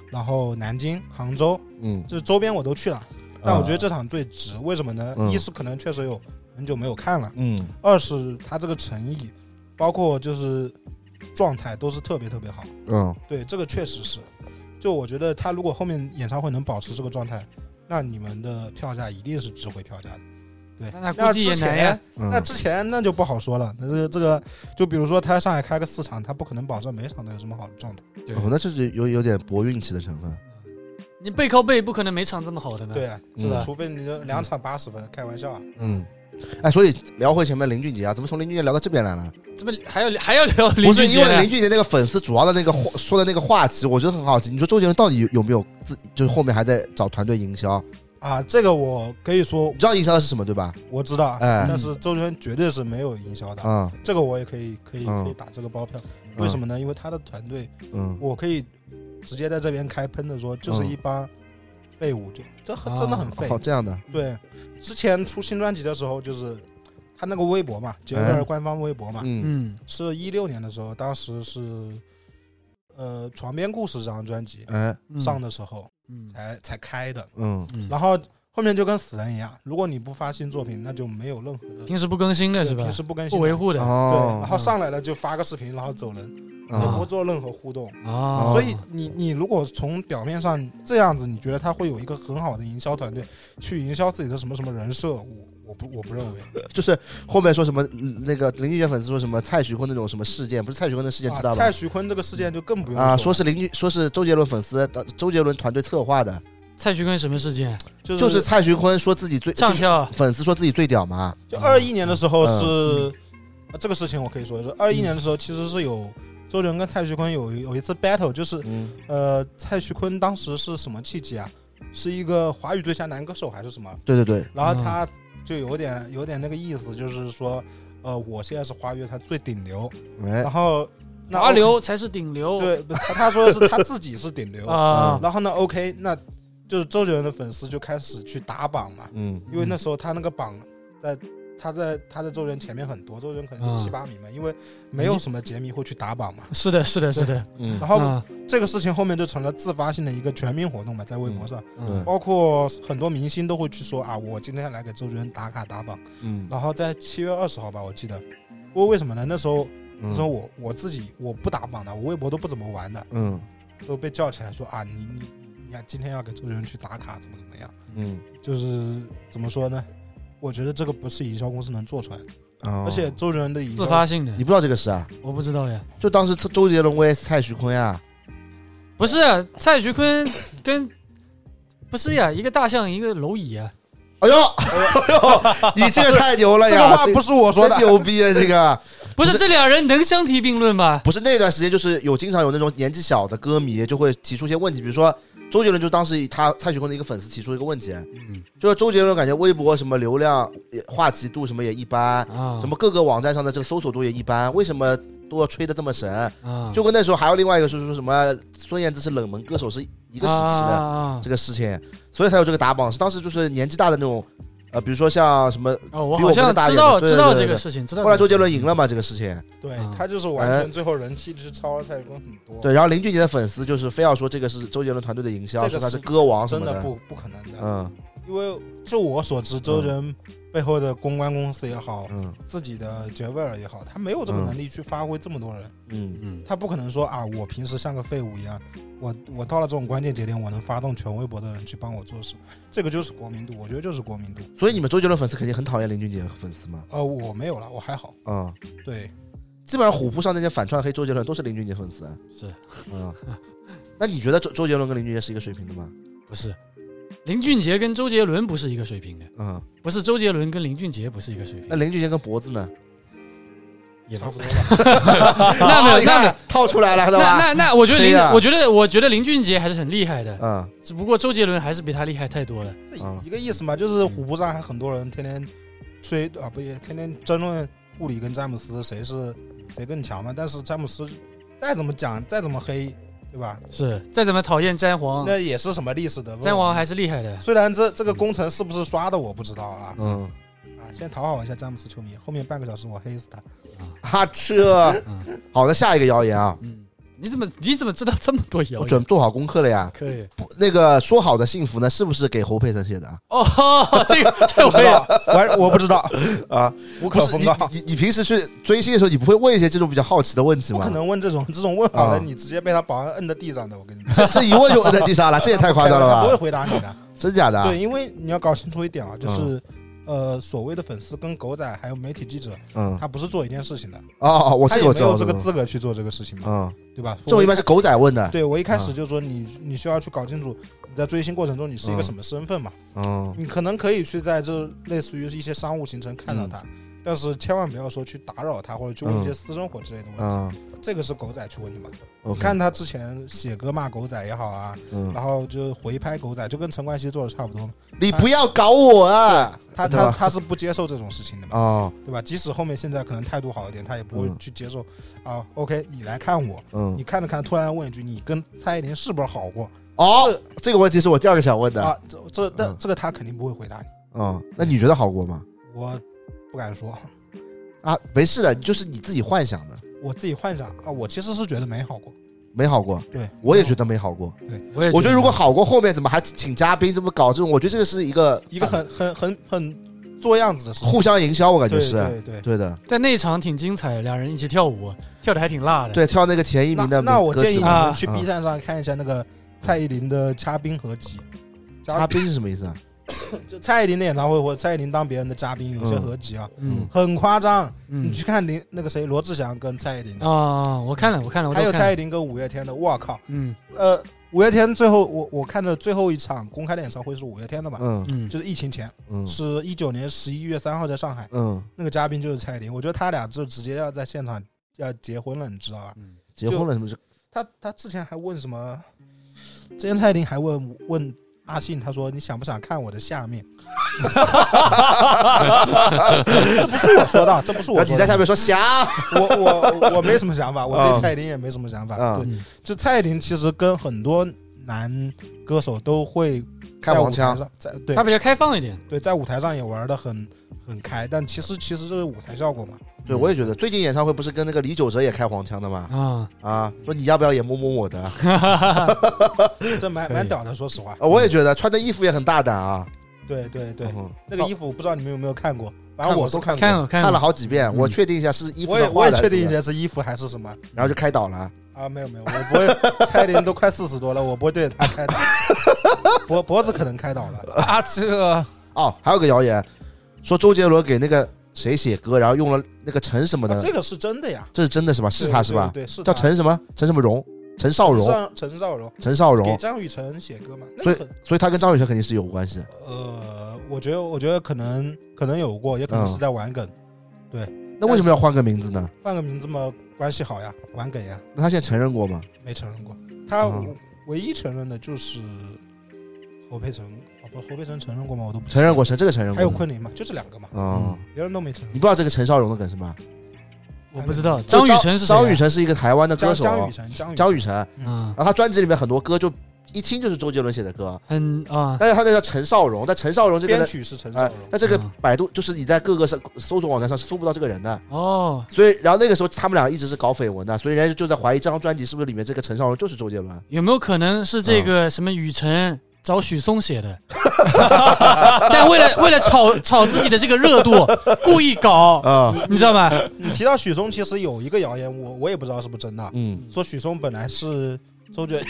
然后南京、杭州，这周边我都去了。但我觉得这场最值，为什么呢？一是可能确实有很久没有看了，二是他这个诚意，包括就是状态都是特别特别好。对，这个确实是。就我觉得他如果后面演唱会能保持这个状态，那你们的票价一定是值回票价的。对，
那估计也难呀。
那之前那就不好说了。那这个就比如说他上海开个4场，他不可能保证每场都有什么好的状态。
对，那就是有点搏运气的成分。
你背靠背不可能每场这么好的呢。
对啊，是吧？除非你这2场80分，开玩笑啊。
所以聊回前面林俊杰啊，怎么从林俊杰聊到这边来了？
怎么还要聊林俊杰？不
是因为林俊杰那个粉丝主要的那个说的那个话题，我觉得很好奇。你说周杰伦到底有没有就是后面还在找团队营销
啊？这个我可以说，
你知道营销的是什么对吧？
我知道，但是周杰伦绝对是没有营销的。这个我也可以打这个包票。为什么呢？因为他的团队，我可以直接在这边开喷的说，就是一帮废物，这真的很废。
这样的。
对，之前出新专辑的时候，就是他那个微博嘛，杰威尔官方微博嘛，是16年的时候，当时是床边故事这张专辑上的时候才开的，然后后面就跟死人一样，如果你不发新作品，那就没有任何的，
平时不更新的是吧？
平时不更新
不维护的，
对，然后上来了就发个视频，然后走人，也不做任何互动。所以你如果从表面上这样子，你觉得他会有一个很好的营销团队去营销自己的什么什么人设？我不认为。
就是后面说什么那个林俊杰粉丝说什么蔡徐坤那种什么事件，不是蔡徐坤的事件知道吗？
蔡徐坤这个事件就更不用说
说是周杰伦粉丝周杰伦团队策划的。
蔡徐坤什么事件？
就是蔡徐坤说自己最
上跳，
粉丝说自己最屌嘛。
就21年的时候是这个事情，我可以说21年的时候其实是有周杰伦跟蔡徐坤有一次 battle， 就是蔡徐坤当时是什么契机啊？是一个华语最佳男歌手还是什么？
对。
然后他就有点那个意思，就是说我现在是华语他最顶流，然后
华流才是顶流。
对，他说的是他自己是顶流然后呢 OK 那。就是周杰伦的粉丝就开始去打榜嘛，因为那时候他那个榜他在周杰伦前面很多，周杰伦可能7、8名嘛，因为没有什么杰迷会去打榜嘛。
是的。
然后这个事情后面就成了自发性的一个全民活动嘛，在微博上，包括很多明星都会去说啊，我今天来给周杰伦打卡打榜。然后在7月20号吧，我记得，不过为什么呢？那时候我自己我不打榜的，我微博都不怎么玩的，都被叫起来说啊，你今天要给周杰伦去打卡，怎么样？就是怎么说呢？我觉得这个不是营销公司能做出来的，而且周杰伦的营销
自发性的，
你不知道这个事啊？
我不知道呀。
就当时周杰伦 vs 蔡徐坤啊？
不是啊，蔡徐坤跟不是呀，一个大象一个蝼蚁啊。
哎呦，你这个太牛了呀！
这个话不是我说的，
真牛逼啊！这个
不是这两人能相提并论吗？
不是那段时间，就是经常有那种年纪小的歌迷就会提出一些问题，比如说。周杰伦就当时他蔡徐坤的一个粉丝提出一个问题，就是周杰伦感觉微博什么流量话题度什么也一般，什么各个网站上的这个搜索度也一般，为什么都要吹得这么神？就跟那时候还有另外一个说什么孙燕姿是冷门歌手是一个时期的这个事情，所以才有这个打榜。是当时就是年纪大的那种。比如说像什么，
我好像知道这个事情，知道。
后来周杰伦赢了嘛，这个事情。
对他就是完全最后人气就是超了蔡徐坤很多。
对，然后林俊杰的粉丝就是非要说这个是周杰伦团队的营销，说他是歌王什么的。
真的不可能的。因为就我所知，周杰伦背后的公关公司也好，自己的杰威尔也好，他没有这个能力去发挥这么多人。他不可能说啊，我平时像个废物一样。我到了这种关键节点，我能发动全微博的人去帮我做事，这个就是国民度，我觉得就是国民度。
所以你们周杰伦粉丝肯定很讨厌林俊杰粉丝吗？
我没有了，我还好。对，
基本上虎扑上那些反串黑周杰伦都是林俊杰粉丝。
是，
那你觉得周杰伦跟林俊杰是一个水平的吗？
不是，林俊杰跟周杰伦不是一个水平的。不是周杰伦跟林俊杰不是一个水平。
那林俊杰跟脖子呢？
也差不多吧。
那
套出来了，
那我觉得林俊杰还是很厉害的。只不过周杰伦还是比他厉害太多了。
这一个意思嘛，就是虎扑上还很多人天天吹不也天天争论库里跟詹姆斯谁更强嘛。但是詹姆斯再怎么讲再怎么黑，对吧？
是再怎么讨厌詹皇，
那也是什么历史的。
詹皇还是厉害的。
虽然这个工程是不是刷的我不知道啊。先讨好一下詹姆斯球迷，后面半个小时我黑死他。
这好的，下一个谣言啊，
你怎么知道这么多谣言？
我准做好功课了呀。
可以。
那个说好的幸福呢，是不是给侯佩岑写的？
哦，这我
知道，我不知道
啊，
无可奉告。
你平时去追星的时候，你不会问一些这种比较好奇的问题吗？
不可能问这种问好了，你直接被他保安摁在地上的。我跟你说，
这一问就摁在地上了，这也太夸张了吧？
不会回答你的，
真假的？
对，因为你要搞清楚一点啊，就是。所谓的粉丝跟狗仔还有媒体记者，他不是做一件事情的。
哦，我
他也没有这个资格去做这个事情嘛，对吧？
这种一般是狗仔问的。
对，我一开始就说你需要去搞清楚你在追星过程中你是一个什么身份嘛。你可能可以去在这类似于一些商务行程看到他，但是千万不要说去打扰他或者去问一些私生活之类的问题。这个是狗仔去问的嘛？你看他之前写歌骂狗仔也好啊，然后就回拍狗仔，就跟陈冠希做的差不多。
你不要搞我啊！
他是不接受这种事情的嘛？对吧？即使后面现在可能态度好一点，他也不会去接受啊。OK， 你来看我，你看着看着，突然问一句，你跟蔡依林是不是好过？
这个问题是我第二个想问的啊。
这个他肯定不会回答你。
那你觉得好过吗？
我不敢说
啊，没事的，就是你自己幻想的。
我自己幻想啊，我其实是觉得没好过，
没好过。
对，
我也觉得没好过。
对，
我觉得如果好过，后面怎么还请嘉宾，怎么搞这种？我觉得这个是一个
很做样子的事情，
互相营销，我感觉是对的。
但那一场挺精彩的，两人一起跳舞，跳的还挺辣的。
对，跳那个田一鸣的。
那我建议你们去 B 站上看一下那个蔡依林的嘉宾合集。
嘉宾是什么意思啊？
就蔡依林的演唱会或者蔡依林当别人的嘉宾，有些合集啊，很夸张。你去看那个谁罗志祥跟蔡依林
啊，我看了，
还有蔡依林跟五月天的，我靠，五月天最后我看的最后一场公开的演唱会是五月天的嘛，就是疫情前，是19年11月3号在上海，那个嘉宾就是蔡依林，我觉得他俩就直接要在现场要结婚了，你知道吧？
结婚了什么？
他之前还问什么？之前蔡依林还问阿信，他说你想不想看我的下面？这不是我说的，这不是我说的。
你在下面说想，
我没什么想法，我对蔡依林也没什么想法。对，就蔡依林其实跟很多男歌手都会
开黄腔，
对，
他比较开放一点。
对，在舞台上也玩得很开，但其实这是舞台效果嘛。
对，我也觉得最近演唱会不是跟那个李玖哲也开黄腔的吗？说你要不要也摸摸我的？
这蛮屌的，说实话。
我也觉得穿的衣服也很大胆啊。
对，那个衣服不知道你们有没有看过？反正我都看过，
看了好几遍。我确定一下是衣服的
我也确定一下是衣服还是什么，
然后就开导了。
没有，我不会。蔡依林都快40多了，我不会对着她开导，脖子可能开导了。
这
还有个谣言说周杰伦给那个谁写歌，然后用了那个陈什么的，
这个是真的呀？
这是真的是吧？是他是吧？
对，是
叫陈什么？陈什么荣？陈少荣。陈少荣
给张雨晨写歌嘛？
所以他跟张雨晨肯定是有关系的。
我觉得可能有过，也可能是在玩梗。对，
那为什么要换个名字呢？
换个名字嘛，关系好呀，玩梗呀。
那他现在承认过吗？
没承认过，他唯一承认的就是侯佩岑。侯佩岑承认过吗？我都不
承认过，这个承认过。
还有昆凌嘛，就这2个嘛。别人都没承认。
你不知道这个陈少荣的梗是吗？
我不知道。张雨晨是谁？
张雨晨是一个台湾的歌手。张雨晨。
然
后他专辑里面很多歌就一听就是周杰伦写的歌。但是他那叫陈少荣，但陈少荣这个
编曲是陈少荣。
但这个百度就是你在各个搜索网站上是搜不到这个人的。
所
以然后那个时候他们俩一直是搞绯闻的，所以人家就在怀疑这张专辑是不是里面这个陈少荣就是周杰伦。
有没有可能是这个什么雨辰找许嵩写的？但为了炒自己的这个热度，故意搞，你知道吗？
你提到许嵩，其实有一个谣言，我也不知道是不是真的。说许嵩本来是周杰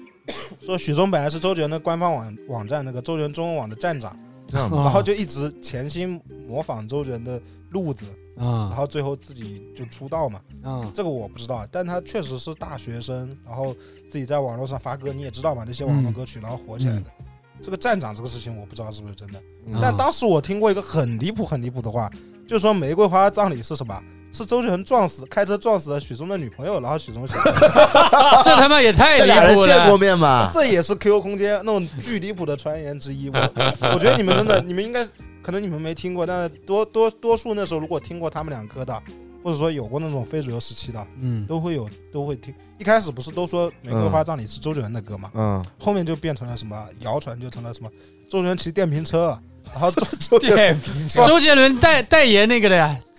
伦的官方网站那个周杰伦中文网的站长，然后就一直潜心模仿周杰伦的路子。然后最后自己就出道嘛。这个我不知道，但他确实是大学生，然后自己在网络上发歌，你也知道嘛，那些网络歌曲然后火起来的。这个站长这个事情我不知道是不是真的，但当时我听过一个很离谱的话，就是说玫瑰花葬礼是什么？是周杰伦开车撞死了许嵩的女朋友，然后许嵩写的。
这他妈也太离谱了！
见过面吗？
这也是 QQ 空间那种巨离谱的传言之一。我觉得你们真的，你们应该可能你们没听过，但是多数那时候如果听过他们俩歌的，或者说有过那种非主流时期的，都会听。一开始不是都说玫瑰花葬礼是周杰伦的歌嘛？后面就变成了什么谣传，就成了什么周杰伦骑电瓶车。然后周杰伦
代言那个的呀，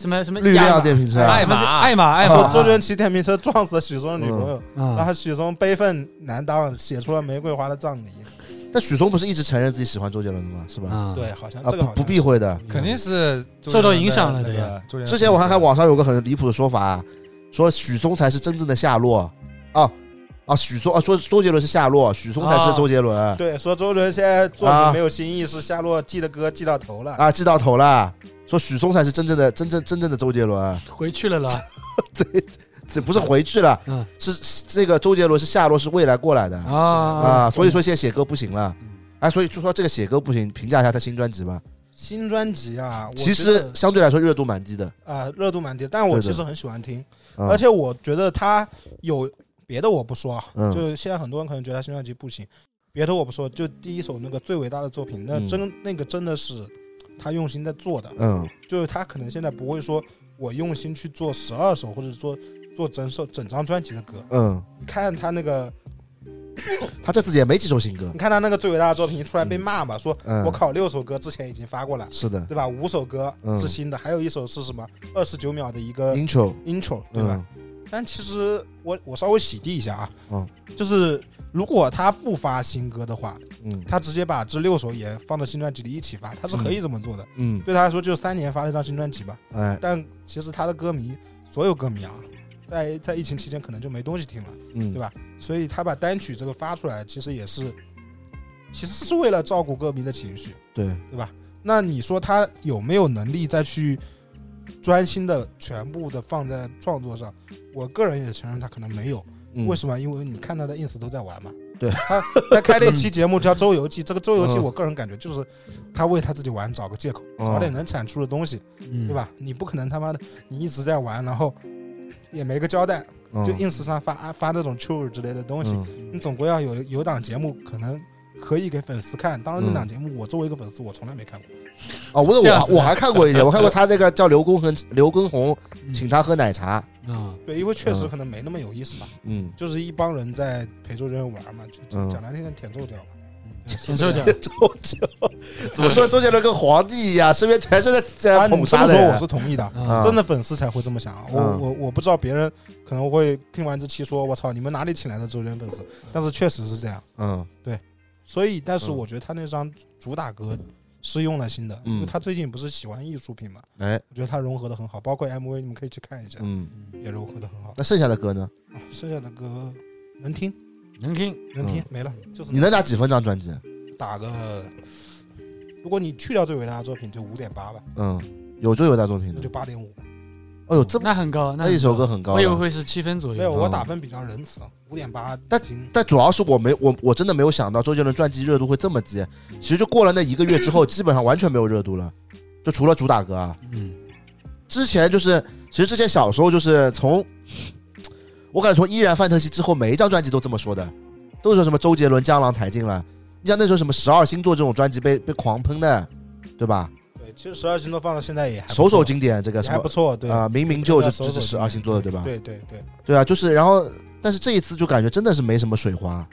什么
绿亮电瓶车，
爱玛，
说周杰伦骑电瓶车撞死了许嵩的女朋友，然后许嵩悲愤难当，写出了玫瑰花的葬礼。
但许嵩不是一直承认自己喜欢周杰伦的吗？是吧？
对，好像这个
不避讳的，
肯定是
受到影响了的呀。
之前我还看网上有个很离谱的说法，说许嵩才是真正的夏洛许嵩说周杰伦是夏洛，许嵩才是周杰伦。
对，说周杰伦现在作品没有新意，是夏洛记的歌记到头了
记到头了。说许嵩才是真正的周杰伦，
回去了啦。
这不是回去了，是这个周杰伦是夏洛，是未来过来的所以说现在写歌不行了，所以就说这个写歌不行，评价一下他新专辑吧。
新专辑啊，
其实相对来说热度蛮低的
热度蛮低，但我其实很喜欢听，而且我觉得他有别的我不说就现在很多人可能觉得他新专辑不行，别的我不说，就第一首那个最伟大的作品，那个真的是他用心在做的，就是他可能现在不会说我用心去做12首或者做整张专辑的歌，你看他那个，
他这次也没几首新歌，
你看他那个最伟大的作品一出来被骂吧，说我考6首歌之前已经发过了，
是的，
对吧？5首歌是新的，还有一首是什么29秒的一个
intro，
对吧？但其实我稍微洗涤一下就是如果他不发新歌的话，他直接把这6首也放到新专辑里一起发，他是可以这么做的。对他来说就3年发了一张新专辑吧。但其实他的歌迷，所有歌迷在疫情期间可能就没东西听了，对吧？所以他把单曲这个发出来，其实是为了照顾歌迷的情绪，对吧？那你说他有没有能力再去专心的全部的放在创作上？我个人也承认他可能没有。为什么？因为你看他的 ins 都在玩嘛。对，他开了一期节目叫《周游记》，这个周游记我个人感觉就是他为他自己玩找个借口，找点能产出的东西，对吧？你不可能他妈的你一直在玩，然后也没个交代，就 ins 上发那种秋日之类的东西，你总归要有档节目可能可以给粉丝看。当然那档节目我作为一个粉丝我从来没看过。
我还看过一点，我看过他那个叫刘畊宏请他喝奶茶。
对，因为确实可能没那么有意思嘛。就是一帮人在陪周杰伦玩嘛，就讲难听点舔臭脚嘛。
舔臭脚，
怎么说周杰伦跟皇帝一样，身边全是在捧杀的人。
这么说我是同意的，真的粉丝才会这么想。我不知道别人可能会听完这期说我操你们哪里请来的周杰伦粉丝，但是确实是这样。对，所以但是我觉得他那张主打歌是用了新的，因为他最近不是喜欢艺术品嘛，我觉得他融合的很好，包括 MV 你们可以去看一下，也融合的很好。
那剩下的歌呢？
剩下的歌能听没了，就是
你能打几分张专辑？
打个，如果你去掉最伟大的作品就5.8吧。
有最伟大作品的
就8.5吧。
哦呦，这
那很高，
那一首歌很高，
我以为会是7分左右。
没有，我打分比较仁慈，5.8。
但主要是我真的没有想到周杰伦专辑热度会这么低。其实就过了那1个月之后，基本上完全没有热度了，就除了主打歌啊。之前其实之前小时候就是我感觉从《依然范特西》之后，每一张专辑都这么说的，都是说什么周杰伦江郎才尽了。你像那时候什么12星座这种专辑被狂喷的，对吧？
其实12星座放到现在也还
首经典，这个
还不错，对
明明就是12星座的，对吧？
对
啊，就是然后，但是这一次就感觉真的是没什么水花。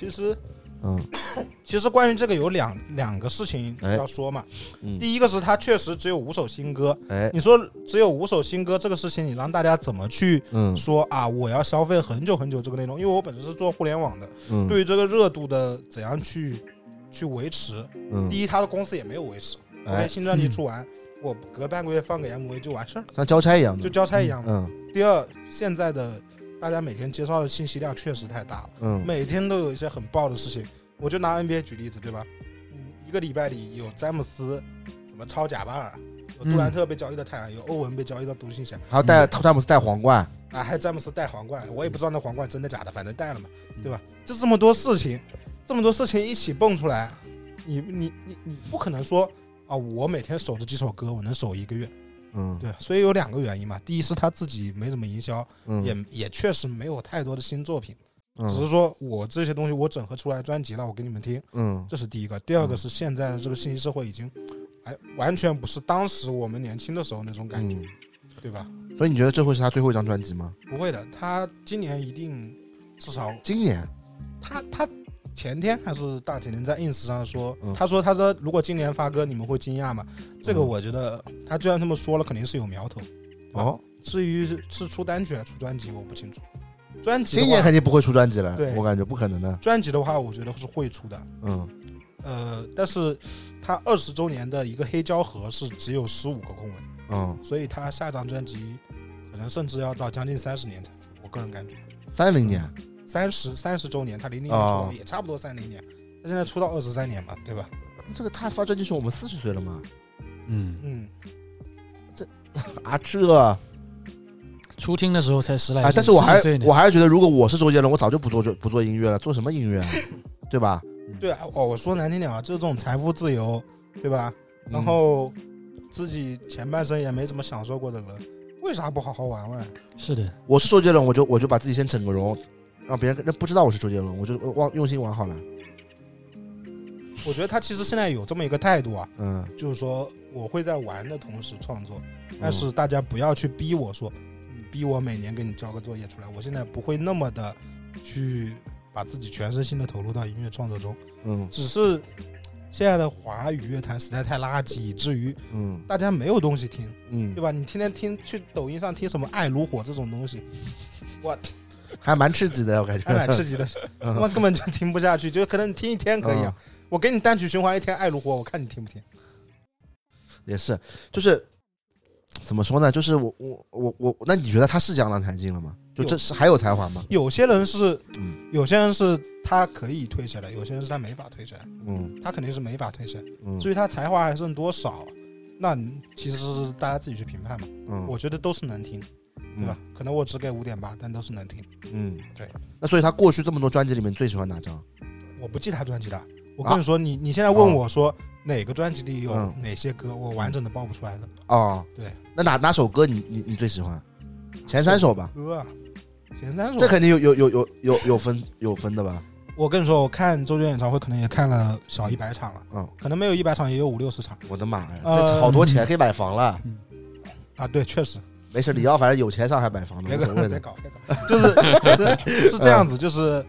其实关于这个有两个事情要说嘛。第一个是他确实只有5首新歌，你说只有5首新歌这个事情，你让大家怎么去说我要消费很久很久这个内容？因为我本身是做互联网的，对于这个热度的怎样去维持，第一他的公司也没有维持。新专辑出完，我隔半个月放个 MV 就完事儿，
像交差一样的，
就交差一样的。第二，现在的大家每天接收的信息量确实太大了，每天都有一些很爆的事情。我就拿 NBA 举例子，对吧？1个礼拜里有詹姆斯什么超贾巴尔，有杜兰特被交易到太阳，有欧文被交易到独行侠，
还有詹姆斯带皇冠
还有詹姆斯带皇冠，我也不知道那皇冠真的假的，反正带了嘛，对吧？这么多事情一起蹦出来，你不可能说我每天守着几首歌，我能守1个月。对，所以有2个原因嘛。第一是他自己没怎么营销，也确实没有太多的新作品，只是说我这些东西我整合出来专辑了，我给你们听，这是第一个。第二个是现在的这个信息社会已经完全不是当时我们年轻的时候那种感觉，对吧？
所以你觉得这会是他最后一张专辑吗？
不会的，他今年一定至少
今年
他前天还是大前天在 ins 上说，他说如果今年发歌你们会惊讶吗？这个我觉得他居然这么说了，肯定是有苗头。 哦，至于是出单曲还是出专辑，我不清楚。专辑
今年肯定不会出专辑了，我感觉不可能的。
专辑的话，我觉得是会出的。但是他20周年的一个黑胶盒是只有15个空位，所以他下张专辑可能甚至要到将近30年才出。我个人感觉
30年
，30周年，他00年出也差不多30年，他现在出到23年嘛，对吧？
这个他发专辑时候我们40岁了吗？这
初听的时候才10来岁，
但是我还是觉得，如果我是周杰伦，我早就不做音乐了，做什么音乐啊？对吧？
对啊，我说难听点啊，就是这种财富自由，对吧？然后自己前半生也没怎么享受过的人，为啥不好好玩玩？
是的，
我是周杰伦，我就把自己先整个容，让别人不知道我是周杰伦，我就用心玩好了。
我觉得他其实现在有这么一个态度啊，就是说我会在玩的同时创作，但是大家不要去逼我说，逼我每年给你交个作业出来。我现在不会那么的去把自己全身心的投入到音乐创作中，只是现在的华语乐坛实在太垃圾，以至于大家没有东西听，对吧？你天天去抖音上听什么爱如火这种东西，我
还蛮刺激的，我感觉
还蛮刺激的，他妈根本就听不下去，就可能你听一天可以啊。我给你单曲循环一天爱如火，我看你听不听。
也是，就是怎么说呢？就是我，那你觉得他是江郎才尽了吗？就这是还有才华吗？
有些人是，他可以退下来，有些人是他没法退下来。他肯定是没法退下来。至于他才华还剩多少，那其实是大家自己去评判嘛。我觉得都是能听，对吧？可能我只给5.8，但都是能听。对。
那所以他过去这么多专辑里面最喜欢哪张？
我不记他专辑的。我跟你说，你现在问我说哪个专辑里有哪些歌，我完整的报不出来的。对。那
哪首歌你最喜欢？前3首吧。
歌啊，前3首。
这肯定有分的吧？
我跟你说，我看周杰伦演唱会可能也看了小100场了，可能没有100场，也有50-60场。
我的妈呀，这好多钱可以买房了。
对，确实。
没事，李奥反正有钱上海买房的，
别搞，就是是这样子，就是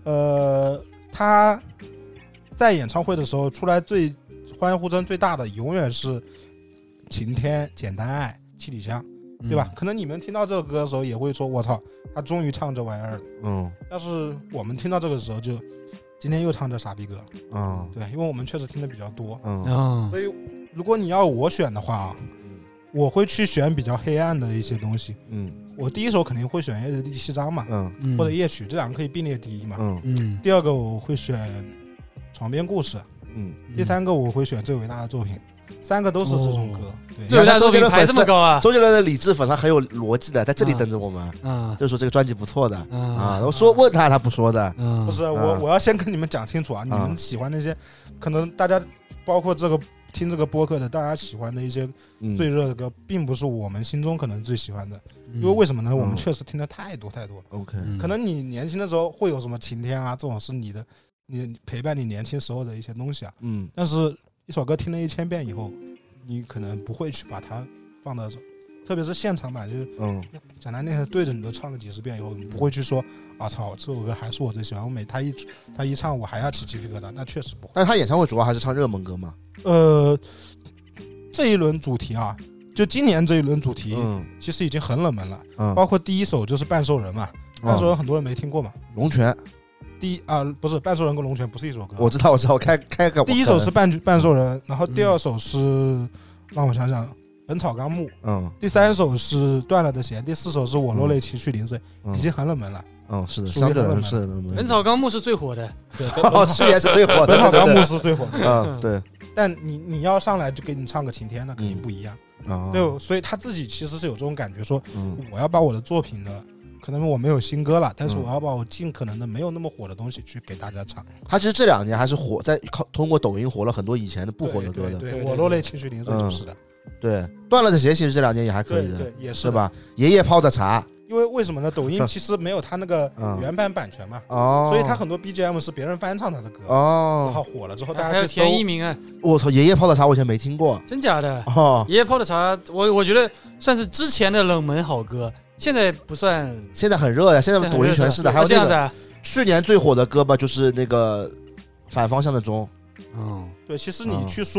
他在演唱会的时候出来最欢呼声最大的永远是晴天、简单爱、七里香，对吧？可能你们听到这个歌的时候也会说我操，他终于唱这玩意儿了。但是我们听到这个时候就今天又唱这傻逼歌。对，因为我们确实听的比较多。所以如果你要我选的话，我会去选比较黑暗的一些东西。我第一首肯定会选夜的第7章嘛，或者夜曲，这两个可以并列第一嘛。第二个我会选床边故事，第3个我会选最伟大的作品，3个都是这种歌。
最伟大的作品排这么高啊！
周杰伦的理智粉他很有逻辑的，在这里等着我们，就说这个专辑不错的我说问他不说的，
不是我要先跟你们讲清楚啊，你们喜欢那些可能大家包括这个听这个播客的大家喜欢的一些最热的歌，并不是我们心中可能最喜欢的，因为为什么呢？我们确实听的太多了。
OK，
可能你年轻的时候会有什么晴天啊，这种是你陪伴你年轻时候的一些东西啊。但是一首歌听了1000遍以后，你可能不会去把它放到，特别是现场版，就是讲难听点对着你都唱了几十遍以后，你不会去说操，这首歌还是我最喜欢，我他一唱我还要起鸡皮疙瘩，那确实不会。
但是他演唱会主要还是唱热门歌嘛。
这一轮主题啊，就今年这一轮主题，其实已经很冷门了。包括第一首就是半兽人嘛，半兽人很多人没听过嘛。
龙泉。
不是半兽人跟龙泉不是一首歌。
我知道，我开个。
第一首是半兽人，然后第2首是让我想想，本草纲目。第3首是断了的弦，第4首是我落泪情绪零碎，已经很冷门了。
是的，相对来说是的。
本草纲目是最火的，
去年是最火的，
本草纲目是最火的。
对。
但你要上来就给你唱个晴天，那肯定不一样。对，所以他自己其实是有这种感觉，说我要把我的作品呢，可能我没有新歌了，但是我要把我尽可能的没有那么火的东西去给大家唱。
他其实这2年还是通过抖音火了很多以前的不火的歌的。
对，我落泪情绪零碎就是的。
对，断了的鞋其实这2年也还可以的，
对，也
是吧？爷爷泡的茶。
因为为什么呢？抖音其实没有他那个原版权嘛，所以他很多 BGM 是别人翻唱他的歌，然后火了之后大家
还有田一鸣啊！
我操，爷爷泡的茶我以前没听过，
真假的？爷爷泡的茶，我觉得算是之前的冷门好歌，现在不算。
现在很热呀，现在抖音全是的。还有那个去年最火的歌吧，就是那个反方向的钟。
对，其实你去说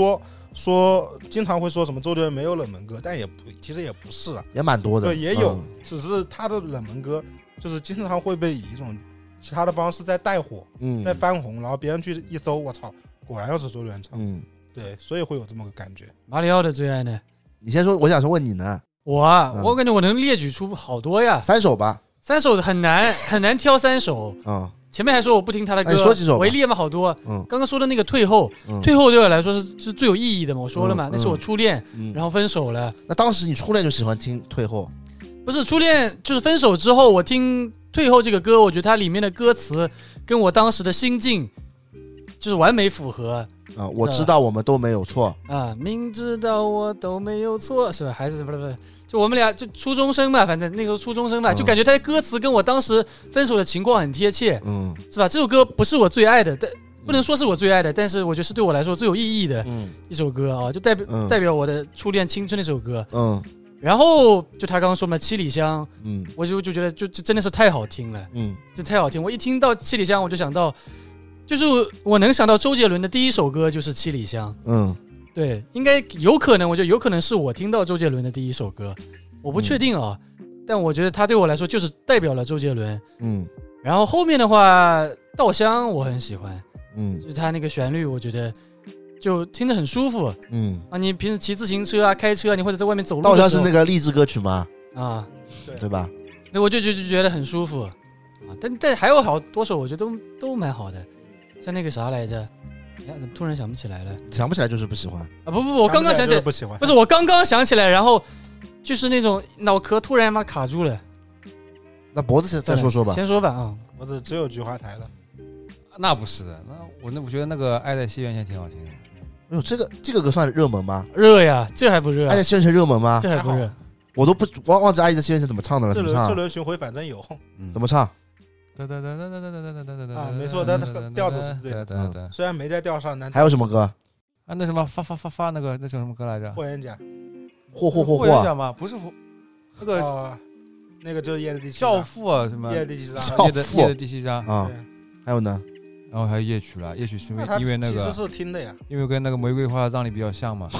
说经常会说什么周杰伦没有冷门歌，但其实也不是啊，
也蛮多的，
对，也有，只是他的冷门歌就是经常会被以一种其他的方式在带火，在翻红，然后别人去一搜，我操，果然又是周杰伦唱，对，所以会有这么个感觉。
马里奥的最爱呢？
你先说，我想说问你呢。
我感觉我能列举出好多呀
，3首吧
，3首很难挑3首前面还说我不听他的歌，
说几首，
我一列嘛好多。刚刚说的那个退后对我来说是最有意义的嘛，我说了嘛，那是我初恋，然后分手了。
那当时你初恋就喜欢听退后？
不是初恋，就是分手之后，我听退后这个歌，我觉得它里面的歌词跟我当时的心境就是完美符合
啊。我知道我们都没有错
啊，明知道我都没有错，是吧？还是不是？就我们俩就初中生嘛，反正那时候初中生嘛，就感觉他的歌词跟我当时分手的情况很贴切，是吧？这首歌不是我最爱的，但不能说是我最爱的，但是我觉得是对我来说最有意义的一首歌啊，就代表我的初恋青春的一首歌。然后就他刚刚说嘛，七里香，我就觉得就真的是太好听了，这太好听。我一听到七里香，我就想到，就是我能想到周杰伦的第一首歌就是七里香，对，应该有可能，我觉得有可能是我听到周杰伦的第一首歌，我不确定啊，但我觉得他对我来说就是代表了周杰伦。然后后面的话，稻香我很喜欢，就是他那个旋律，我觉得就听着很舒服。你平时骑自行车啊、开车啊，你或者在外面走路的时候，
稻香是那个励志歌曲吗？对吧？
对，我就觉得很舒服啊。但还有好多首，我觉得都蛮好的，像那个啥来着。怎么突然想不起来了？
想不起来就是不喜欢
啊！不，我刚刚想起来，
不喜欢，
不是我刚刚想起来，然后就是那种脑壳突然卡住了。
那脖子再说吧，
先说吧啊！
脖子只有菊花台了，
那不是的，我觉得那个《爱在西元前》挺好听的。
哎呦，这个歌算热门吗？
热呀，这还不热？
爱在西元前热门吗？
这还不热？
我都不忘记爱在西元前怎么唱的了。这
轮巡回反正有，
怎么唱？
没错，但调子是对的，虽然没在调上，但
还有什么歌
啊？那什么发那个那叫什么歌来着？
霍元甲，
霍
元甲吗？不是
那个就是夜的第七
教父啊，什么
夜的第七章，
夜的第七章
啊，还有呢？
然后还有夜曲了，夜曲是因为那个
其实是听的呀，
因为跟那个玫瑰花的葬礼比较像嘛。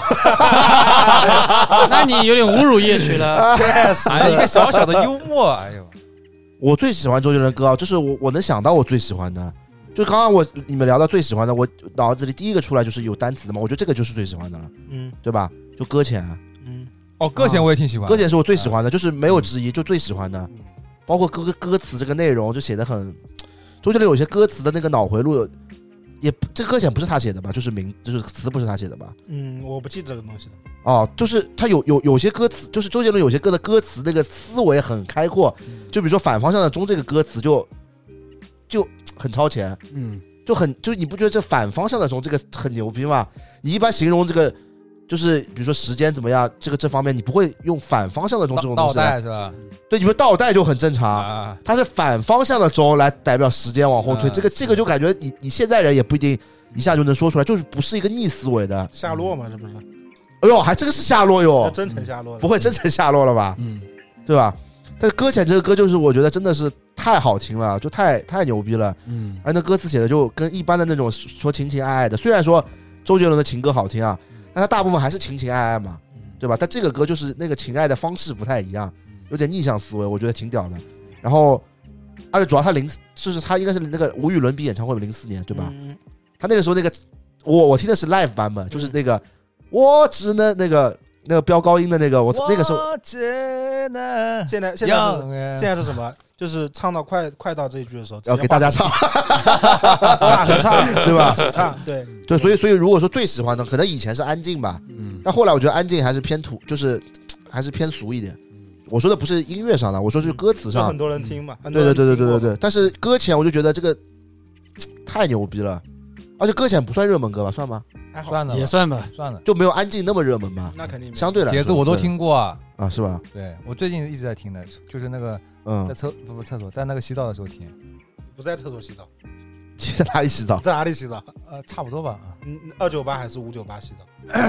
那你有点侮辱夜曲了，
一个小小的幽默，哎呦。
我最喜欢周杰伦的歌啊，就是我能想到我最喜欢的，就刚刚你们聊到最喜欢的，我脑子里第一个出来就是有单词的嘛，我觉得这个就是最喜欢的了，对吧？就搁浅，
搁浅我也挺喜欢，
搁浅是我最喜欢的，就是没有之一，就最喜欢的，包括歌词这个内容就写得很，周杰伦有些歌词的那个脑回路，这搁浅不是他写的吧？就是词不是他写的吧？
我不记这个东西了。
就是他有些歌词，就是周杰伦有些歌的歌词那个思维很开阔，就比如说反方向的钟这个歌词就很超前，就你不觉得这反方向的钟这个很牛逼吗？你一般形容这个就是比如说时间怎么样，这方面你不会用反方向的钟这种东西，
倒带是吧？
对，你们倒带就很正常，它是反方向的钟来代表时间往后推，这个就感觉你现在人也不一定一下就能说出来，就是不是一个逆思维的
夏洛嘛，是不是？
哎呦，还这个是夏洛哟，
真成夏洛了，
不会真成夏洛了吧？对吧？但是搁浅这个歌就是我觉得真的是太好听了，就太牛逼了。而那歌词写的就跟一般的那种说情情爱爱的，虽然说周杰伦的情歌好听啊，但他大部分还是情情爱爱嘛，对吧？但这个歌就是那个情爱的方式不太一样，有点逆向思维，我觉得挺屌的。然后，而且主要他就是他应该是那个无与伦比演唱会04年，对吧？他那个时候那个我听的是 live 版本，就是那个我只能那个飙高音的那个，我那个时候
现在是什么？就是唱到快到这一句的时候，
要给大家唱，
大合唱，
对吧？
唱对，
所以如果说最喜欢的，可能以前是安静吧，但后来我觉得安静还是偏土，就是还是偏俗一点。我说的不是音乐上的，我说是歌词上，
很多人听嘛。
对。但是搁浅我就觉得这个太牛逼了，而且搁浅不算热门歌吧？算吗？
算了，
也算吧，
算了，
就没有安静那么热门吧？
那肯定
相对来说，
碟子我都听过啊，
是吧？
对，我最近一直在听的，就是那个在厕所，在那个洗澡的时候听。
不在厕所洗澡，
你在哪里洗澡？
在哪里洗澡？
差不多吧。
298还是598洗澡？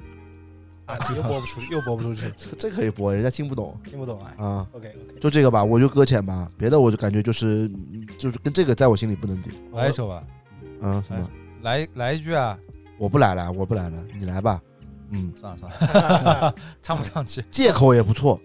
又播不出去，
这可以播，人家听不懂
啊。OK，
就这个吧，我就搁浅吧，别的我就感觉就是跟这个在我心里不能比。
来一首吧，
什么？
来一句啊，
我不来了，你来吧。
算了，唱不上去。
借口也不错，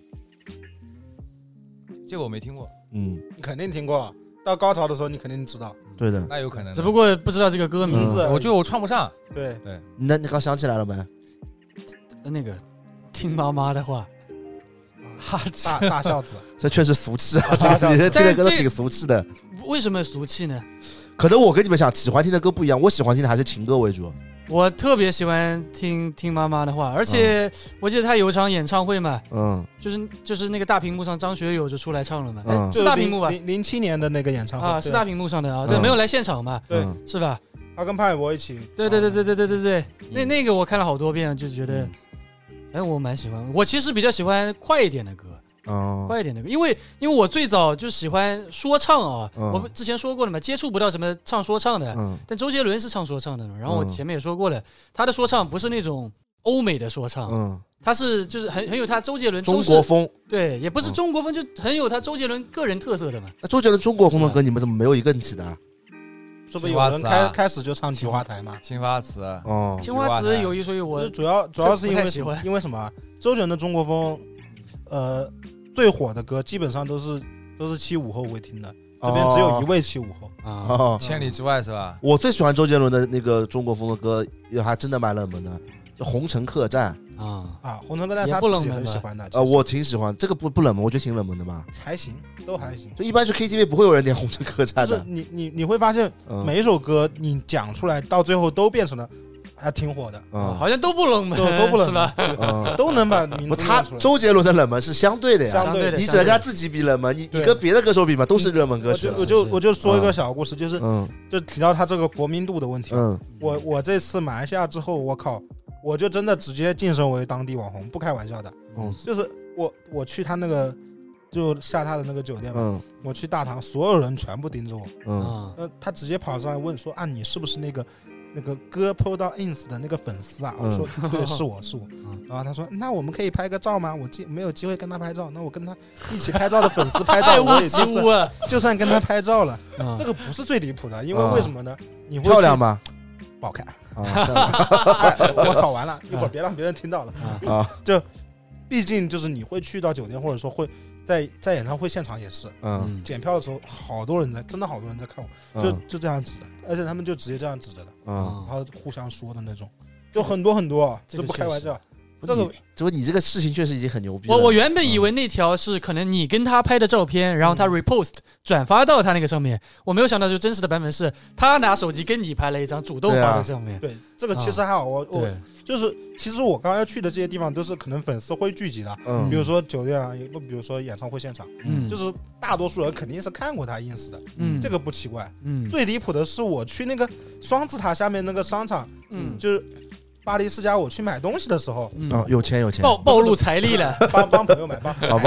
这个我没听过。
你肯定听过，到高潮的时候你肯定知道。
对的，
那有可能，
只不过不知道这个歌名字。
我觉得我唱不上。
对，
那你刚想起来了没？
那个听妈妈的话，
大孝子，
这确实俗气啊！这个你听的歌都挺俗气的。
为什么俗气呢？
可能我跟你们喜欢听的歌不一样，我喜欢听的还是情歌为主。
我特别喜欢听妈妈的话，而且我记得他有一场演唱会嘛，就是那个大屏幕上张学友就出来唱了嘛，是大屏幕吧
？07年的那个演唱会
啊，是大屏幕上的啊，对，没有来现场嘛，
对，
是吧？
他跟潘玮柏一起，
对，那个我看了好多遍，就觉得，我蛮喜欢。我其实比较喜欢快一点的歌。快一点的歌，因为我最早就喜欢说唱啊，我们之前说过了嘛，接触不到什么唱说唱的，但周杰伦是唱说唱的，然后我前面也说过了，他的说唱不是那种欧美的说唱，他是就是很有他周杰伦
中国风，
对，也不是中国风，就很有他周杰伦个人特色的嘛。
那周杰伦中国风的歌，你们怎么没有一个人起的？
是不是有人开始就唱菊花台嘛？
青花瓷，
青花瓷有一说一，我
主要是因为什么？周杰伦的中国风，最火的歌基本上都是75后会听的，这边只有一位75
后千里之外是吧？
我最喜欢周杰伦的那个中国风的歌，也还真的蛮冷门的，就《红尘客栈》
红尘客栈他自己很喜欢的，
我挺喜欢这个不冷门，我觉得挺冷门的嘛，
还行，都还行。
就一般去 KTV 不会有人点《红尘客栈》的，
就是你会发现每一首歌你讲出来到最后都变成了。还挺火的，
好像都不冷门，
都不冷
是吧？
都能把名字念出来。
他周杰伦的冷门是相对的呀，
相对的，
你只能跟他自己比冷门，你跟别的歌手比嘛，都是热门歌曲。
我就说一个小故事，就是就提到他这个国民度的问题。我这次马来西亚之后，我靠，我就真的直接晋升为当地网红，不开玩笑的。就是我去他那个就下他的那个酒店嘛，我去大堂，所有人全部盯着我。他直接跑上来问说：“你是不是那个歌 PO 到 ins 的那个粉丝啊？”我说对，是我。然后他说：“那我们可以拍个照吗？我没有机会跟他拍照，那我跟他一起拍照的粉丝拍照，我也就算跟他拍照了。这个不是最离谱的，因为为什么呢？你会
漂亮吗？
不好看。我吵完了，一会儿别让别人听到了。就毕竟就是你会去到酒店，或者说会在演唱会现场也是，检票的时候好多人真的好多人在看我，就这样指的，而且他们就直接这样指着的，然后互相说的那种，就很多，这不开玩笑。
这个你这个事情确实已经很牛逼了。
我原本以为那条是可能你跟他拍的照片，然后他 repost 转发到他那个上面，我没有想到就真实的版本是他拿手机跟你拍了一张，主动发在上面。
对，这个其实还好，我就是其实我刚刚要去的这些地方都是可能粉丝会聚集的，比如说酒店啊，比如说演唱会现场，就是大多数人肯定是看过他 ins 的，这个不奇怪。最离谱的是我去那个双子塔下面那个商场，就是巴黎世家，我去买东西的时候，
有钱，
暴露财力了，
帮朋友买，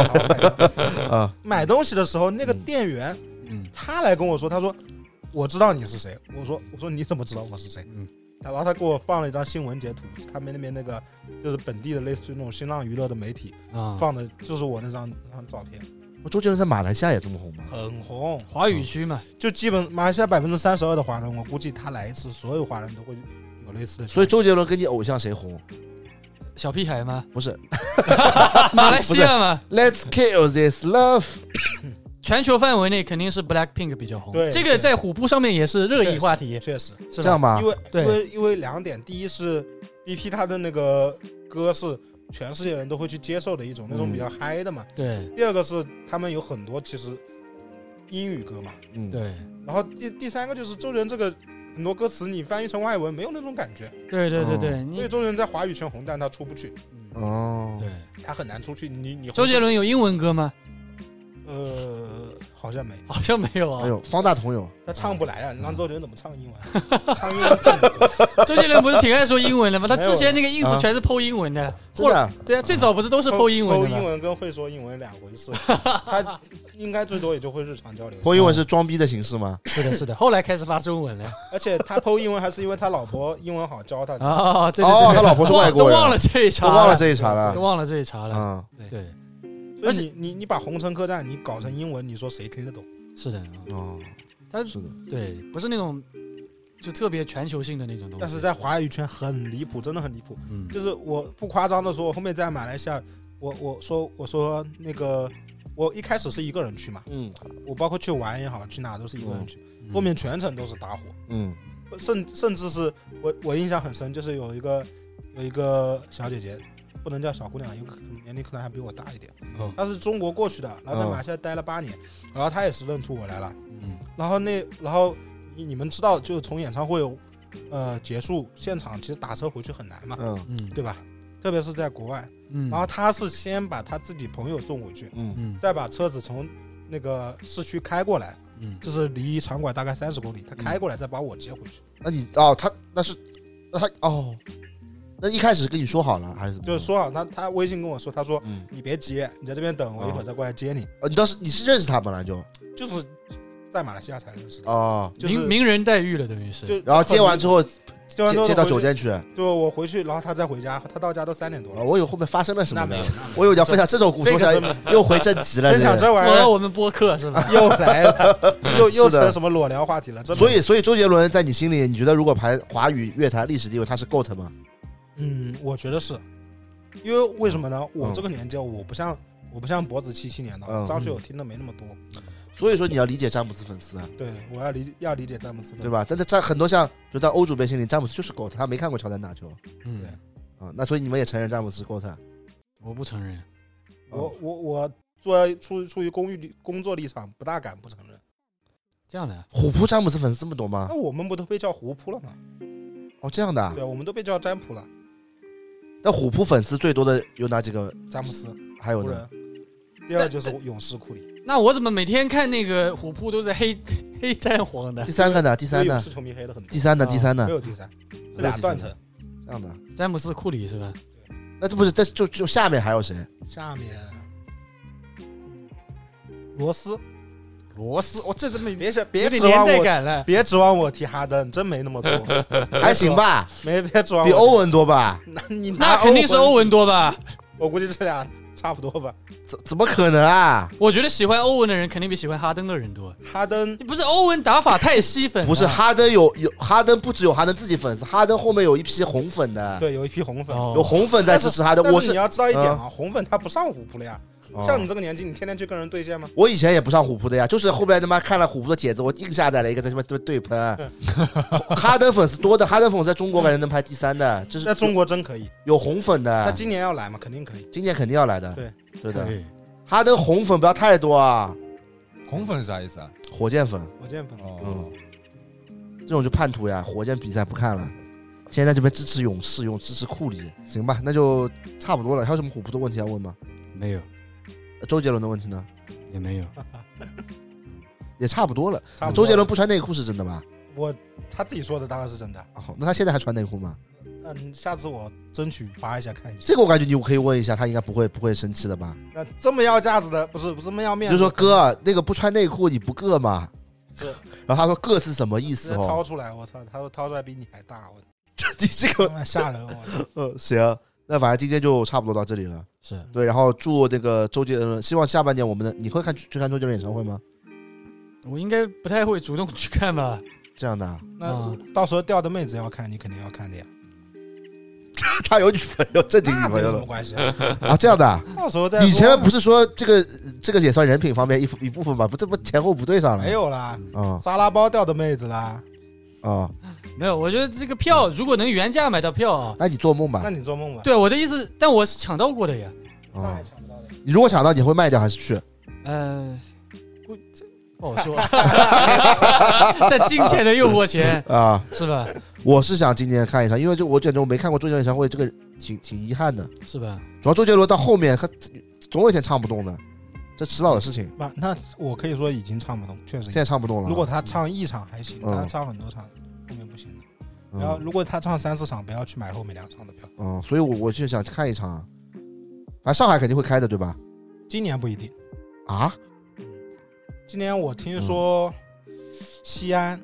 买东西的时候，那个店员，他来跟我说，他说我知道你是谁，我说你怎么知道我是谁？然后他给我放了一张新闻截图，他们那边那个就是本地的类似于那种新浪娱乐的媒体放的，就是我那张照片。
周杰伦在马来西亚也这么红吗？
很红，
华语区嘛，
就基本马来西亚32%的华人，我估计他来一次，所有华人都会有类似的。
所以周杰伦跟你偶像谁红？
小屁孩吗？
不是，
马来西亚吗
？Let's kill this love。
全球范围内肯定是 Blackpink 比较红，
对，
这个在虎扑上面也是热议话题，
确实
是这样吧？
因为两点，第一是 BP 他的那个歌是全世界人都会去接受的一种那种比较嗨的嘛，
对。
第二个是他们有很多其实英语歌嘛，
对。
然后第三个就是周杰伦这个很多歌词你翻译成外文没有那种感觉，
对，
所以周杰伦在华语圈红，但他出不去，
对，
他很难出去。你
周杰伦有英文歌吗？
好像没有，
好像没有啊。
没有，方大同有，
他唱不来啊！你让周杰伦怎么唱英文？唱英文，
周杰伦不是挺爱说英文的吗？他之前那个 ins 全是 po 英文的，
真的。
对啊，最早不是都是 po 英文的吗？
po 英文跟会说英文两回事，他应该最多也就会日常交流。
po 英文是装逼的形式吗？
是的，后来开始发中文了。
而且他 po 英文还是因为他老婆英文好教他的。
对，
他老婆是外国人，
都忘了这一茬了，对。
而且你把红尘客栈你搞成英文，你说谁听得懂？
是的，
他是的，
对，不是那种就特别全球性的那种东西。
但是在华语圈很离谱，真的很离谱。就是我不夸张的说，我后面在马来西亚，我说那个，我一开始是一个人去嘛，我包括去玩也好，去哪都是一个人去，后面全程都是搭伙，甚至是我印象很深，就是有一个小姐姐。不能叫小姑娘，有可能年龄可能还比我大一点。她是中国过去的，然后在马来西亚待了8年，然后她也是认出我来了。然后你们知道，就从演唱会结束现场，其实打车回去很难嘛，对吧？特别是在国外。然后她是先把她自己朋友送回去，再把车子从那个市区开过来，就是离场馆大概30公里，她开过来再把我接回去。
那你那一开始跟你说好了还是怎么？
就是说好，他微信跟我说，他说你别急，你在这边等我，一会儿再过来接你。
你是认识他本来
就是在马来西亚才认识的
哦，
就是
名人待遇了，等于是。
然后接完之后接到酒店去，
就我回去，然后他再回家，他到家都3点多了。
我以为后面发生了什么呢？我以为要分享这种故事，又回正题了。
分享这玩意儿，
我们播客是吧？
又来了，又成什么裸聊话题了？
所以周杰伦在你心里，你觉得如果排华语乐坛历史地位，他是 GOAT 吗？
我觉得是，因为为什么呢？我这个年纪，我不像脖子77年的，张学友听的没那么多，
所以说你要理解詹姆斯粉丝啊。
对，我要理解詹姆斯粉丝，
对吧？但是在很多像就在欧主编心里，詹姆斯就是 GOAT， 他没看过乔丹打球。对那所以你们也承认詹姆斯 GOAT？
我不承认，
我出于工作立场，不大敢不承认。
这样的，
虎扑詹姆斯粉丝这么多吗？
那我们不都被叫虎扑了吗？
哦，这样的啊。
对，我们都被叫詹普了。
那虎扑粉丝最多的有哪几个？
詹姆斯，
还有呢？
第二就是勇士库里。
那我怎么每天看那个虎扑都是黑詹黄的？
第三个呢？
勇士球迷黑的很多。
第三呢？
没有第三，这俩断层。
这样的。
詹姆斯库里是吧？
对。
那这不是就下面还有谁？
下面罗斯，
我这怎么
别指望我提哈登，真没那么多，
还行吧？
别指望
比欧文多吧？
那肯定是欧文多吧？
我估计这俩差不多吧？
怎么可能啊？
我觉得喜欢欧文的人肯定比喜欢哈登的人多。
哈登
不是欧文打法太吸粉，
不是哈登有哈登不只有哈登自己粉丝，哈登后面有一批红粉的。
对，有一批红粉，
有红粉在支持哈登。
但是你要知道一点啊，红粉他不上虎扑了呀。像你这个年纪，你天天去跟人对线吗？
我以前也不上虎扑的呀，就是后边他妈看了虎扑的帖子，我硬下载了一个在什么对喷。哈登粉丝多的，哈登粉丝在中国感觉能排第3的，就是
在中国真可以
有红粉的。
他今年要来吗？肯定可以，
今年肯定要来的。
对
的。哈登红粉不要太多啊！
红粉是啥意思啊？
火箭粉。这种就叛徒呀！火箭比赛不看了，现在这边支持勇士，支持库里，行吧？那就差不多了。还有什么虎扑的问题要问吗？
没有。
周杰伦的问题呢？
也没有，
也差不多了。周杰伦不穿内裤是真的吗？
他自己说的当然是真的。
那他现在还穿内裤吗？
下次我争取扒一下看一下。
这个我感觉你可以问一下，他应该不会生气的吧？
那这么要架子的，不是这么要面子，
就说哥，那个不穿内裤你不硌吗？然后他说硌是什么意思？
掏出来，我操！他说掏出来比你还大，
你这个
吓人！
行。那反正今天就差不多到这里了，
是
对。然后祝那个周杰伦，希望下半年你会去看周杰伦演唱会吗？
我应该不太会主动去看吧。
这样的，
那到时候钓的妹子要看，你肯定要看的呀。
他有女朋友，正经女朋友了，
有什么关系
啊？这样的，
到时候再。
以前不是说这个也算人品方面一部分吗？这不前后不对上了？
没有啦，沙拉包钓的妹子啦。
没有，我觉得这个票如果能原价买到票啊，
那你做梦吧。
对，我的意思，但我是抢到过的呀。
上海抢不到的。
你如果抢到，你会卖掉还是去？
不好说。在金钱的诱惑前啊，是吧？
我是想今年看一场，因为我感觉我没看过周杰伦演唱会，这个挺遗憾的，
是吧？
主要周杰伦到后面他总有一天唱不动的。这迟早的事情。
那我可以说已经唱不动，确实
现在唱不动了。
如果他唱1场还行，他唱很多场后面不行的。然后如果他唱3、4场，不要去买后面2场的票。
所以我就想看一场，反正上海肯定会开的，对吧？
今年不一定
啊。
今年我听说西安，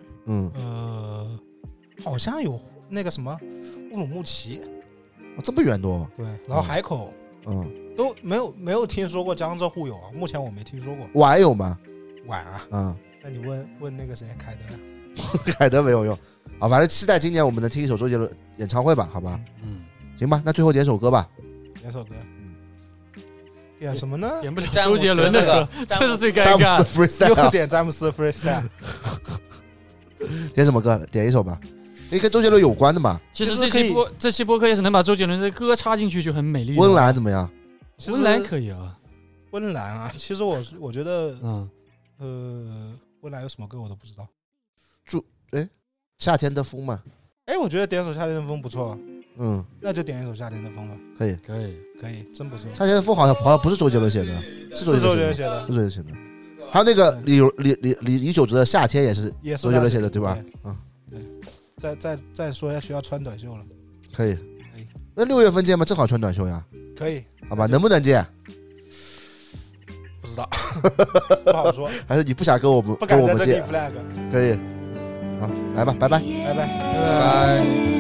好像有那个什么乌鲁木齐，
这么远多。
对，然后海口，都没有听说过江浙沪有啊，目前我没听说过。
皖有吗？
皖啊，那你问那个谁凯德呀？
海德没有用啊，反正期待今年我们能听一首周杰伦演唱会吧，好吧？行吧，那最后点首歌吧。
点首歌。点什么呢？
点不了周杰伦的歌，这是最尴尬。
又点詹姆斯 freestyle。
点什么歌？点一首吧，因为跟周杰伦有关的嘛。
其实这期播客要是能把周杰伦的歌插进去，就很美丽。
温岚怎么样？
温岚可以啊。
温岚啊，其实我觉得，温岚有什么歌我都不知道。
夏天的风嘛。
我觉得点首夏天的风不错。那就点一首夏天的风吧。
可以，
真不错。
夏天的风好像不是周杰伦写的，是周杰伦写的。还有那个李玖哲的夏天也是周杰伦写的，对吧？
再说要需要穿短袖了。
可以。那6月份见吗？正好穿短袖呀。
可以。
好吧，能不能见？
不知道，不好说。
还是你不想跟我们
不敢在这里 flag？
可以。好，来吧，拜拜，
拜拜，
拜拜。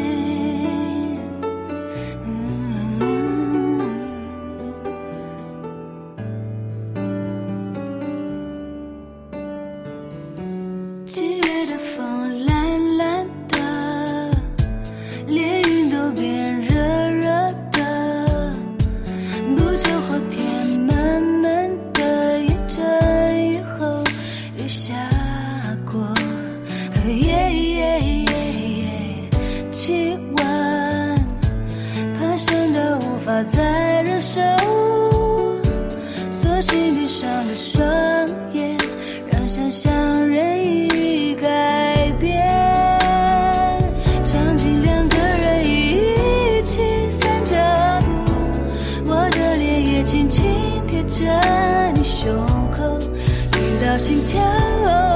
再忍受，索性闭上了双眼，让想象任意改变。场景2个人一起散着步，我的脸也轻轻贴着你胸口，听到心跳。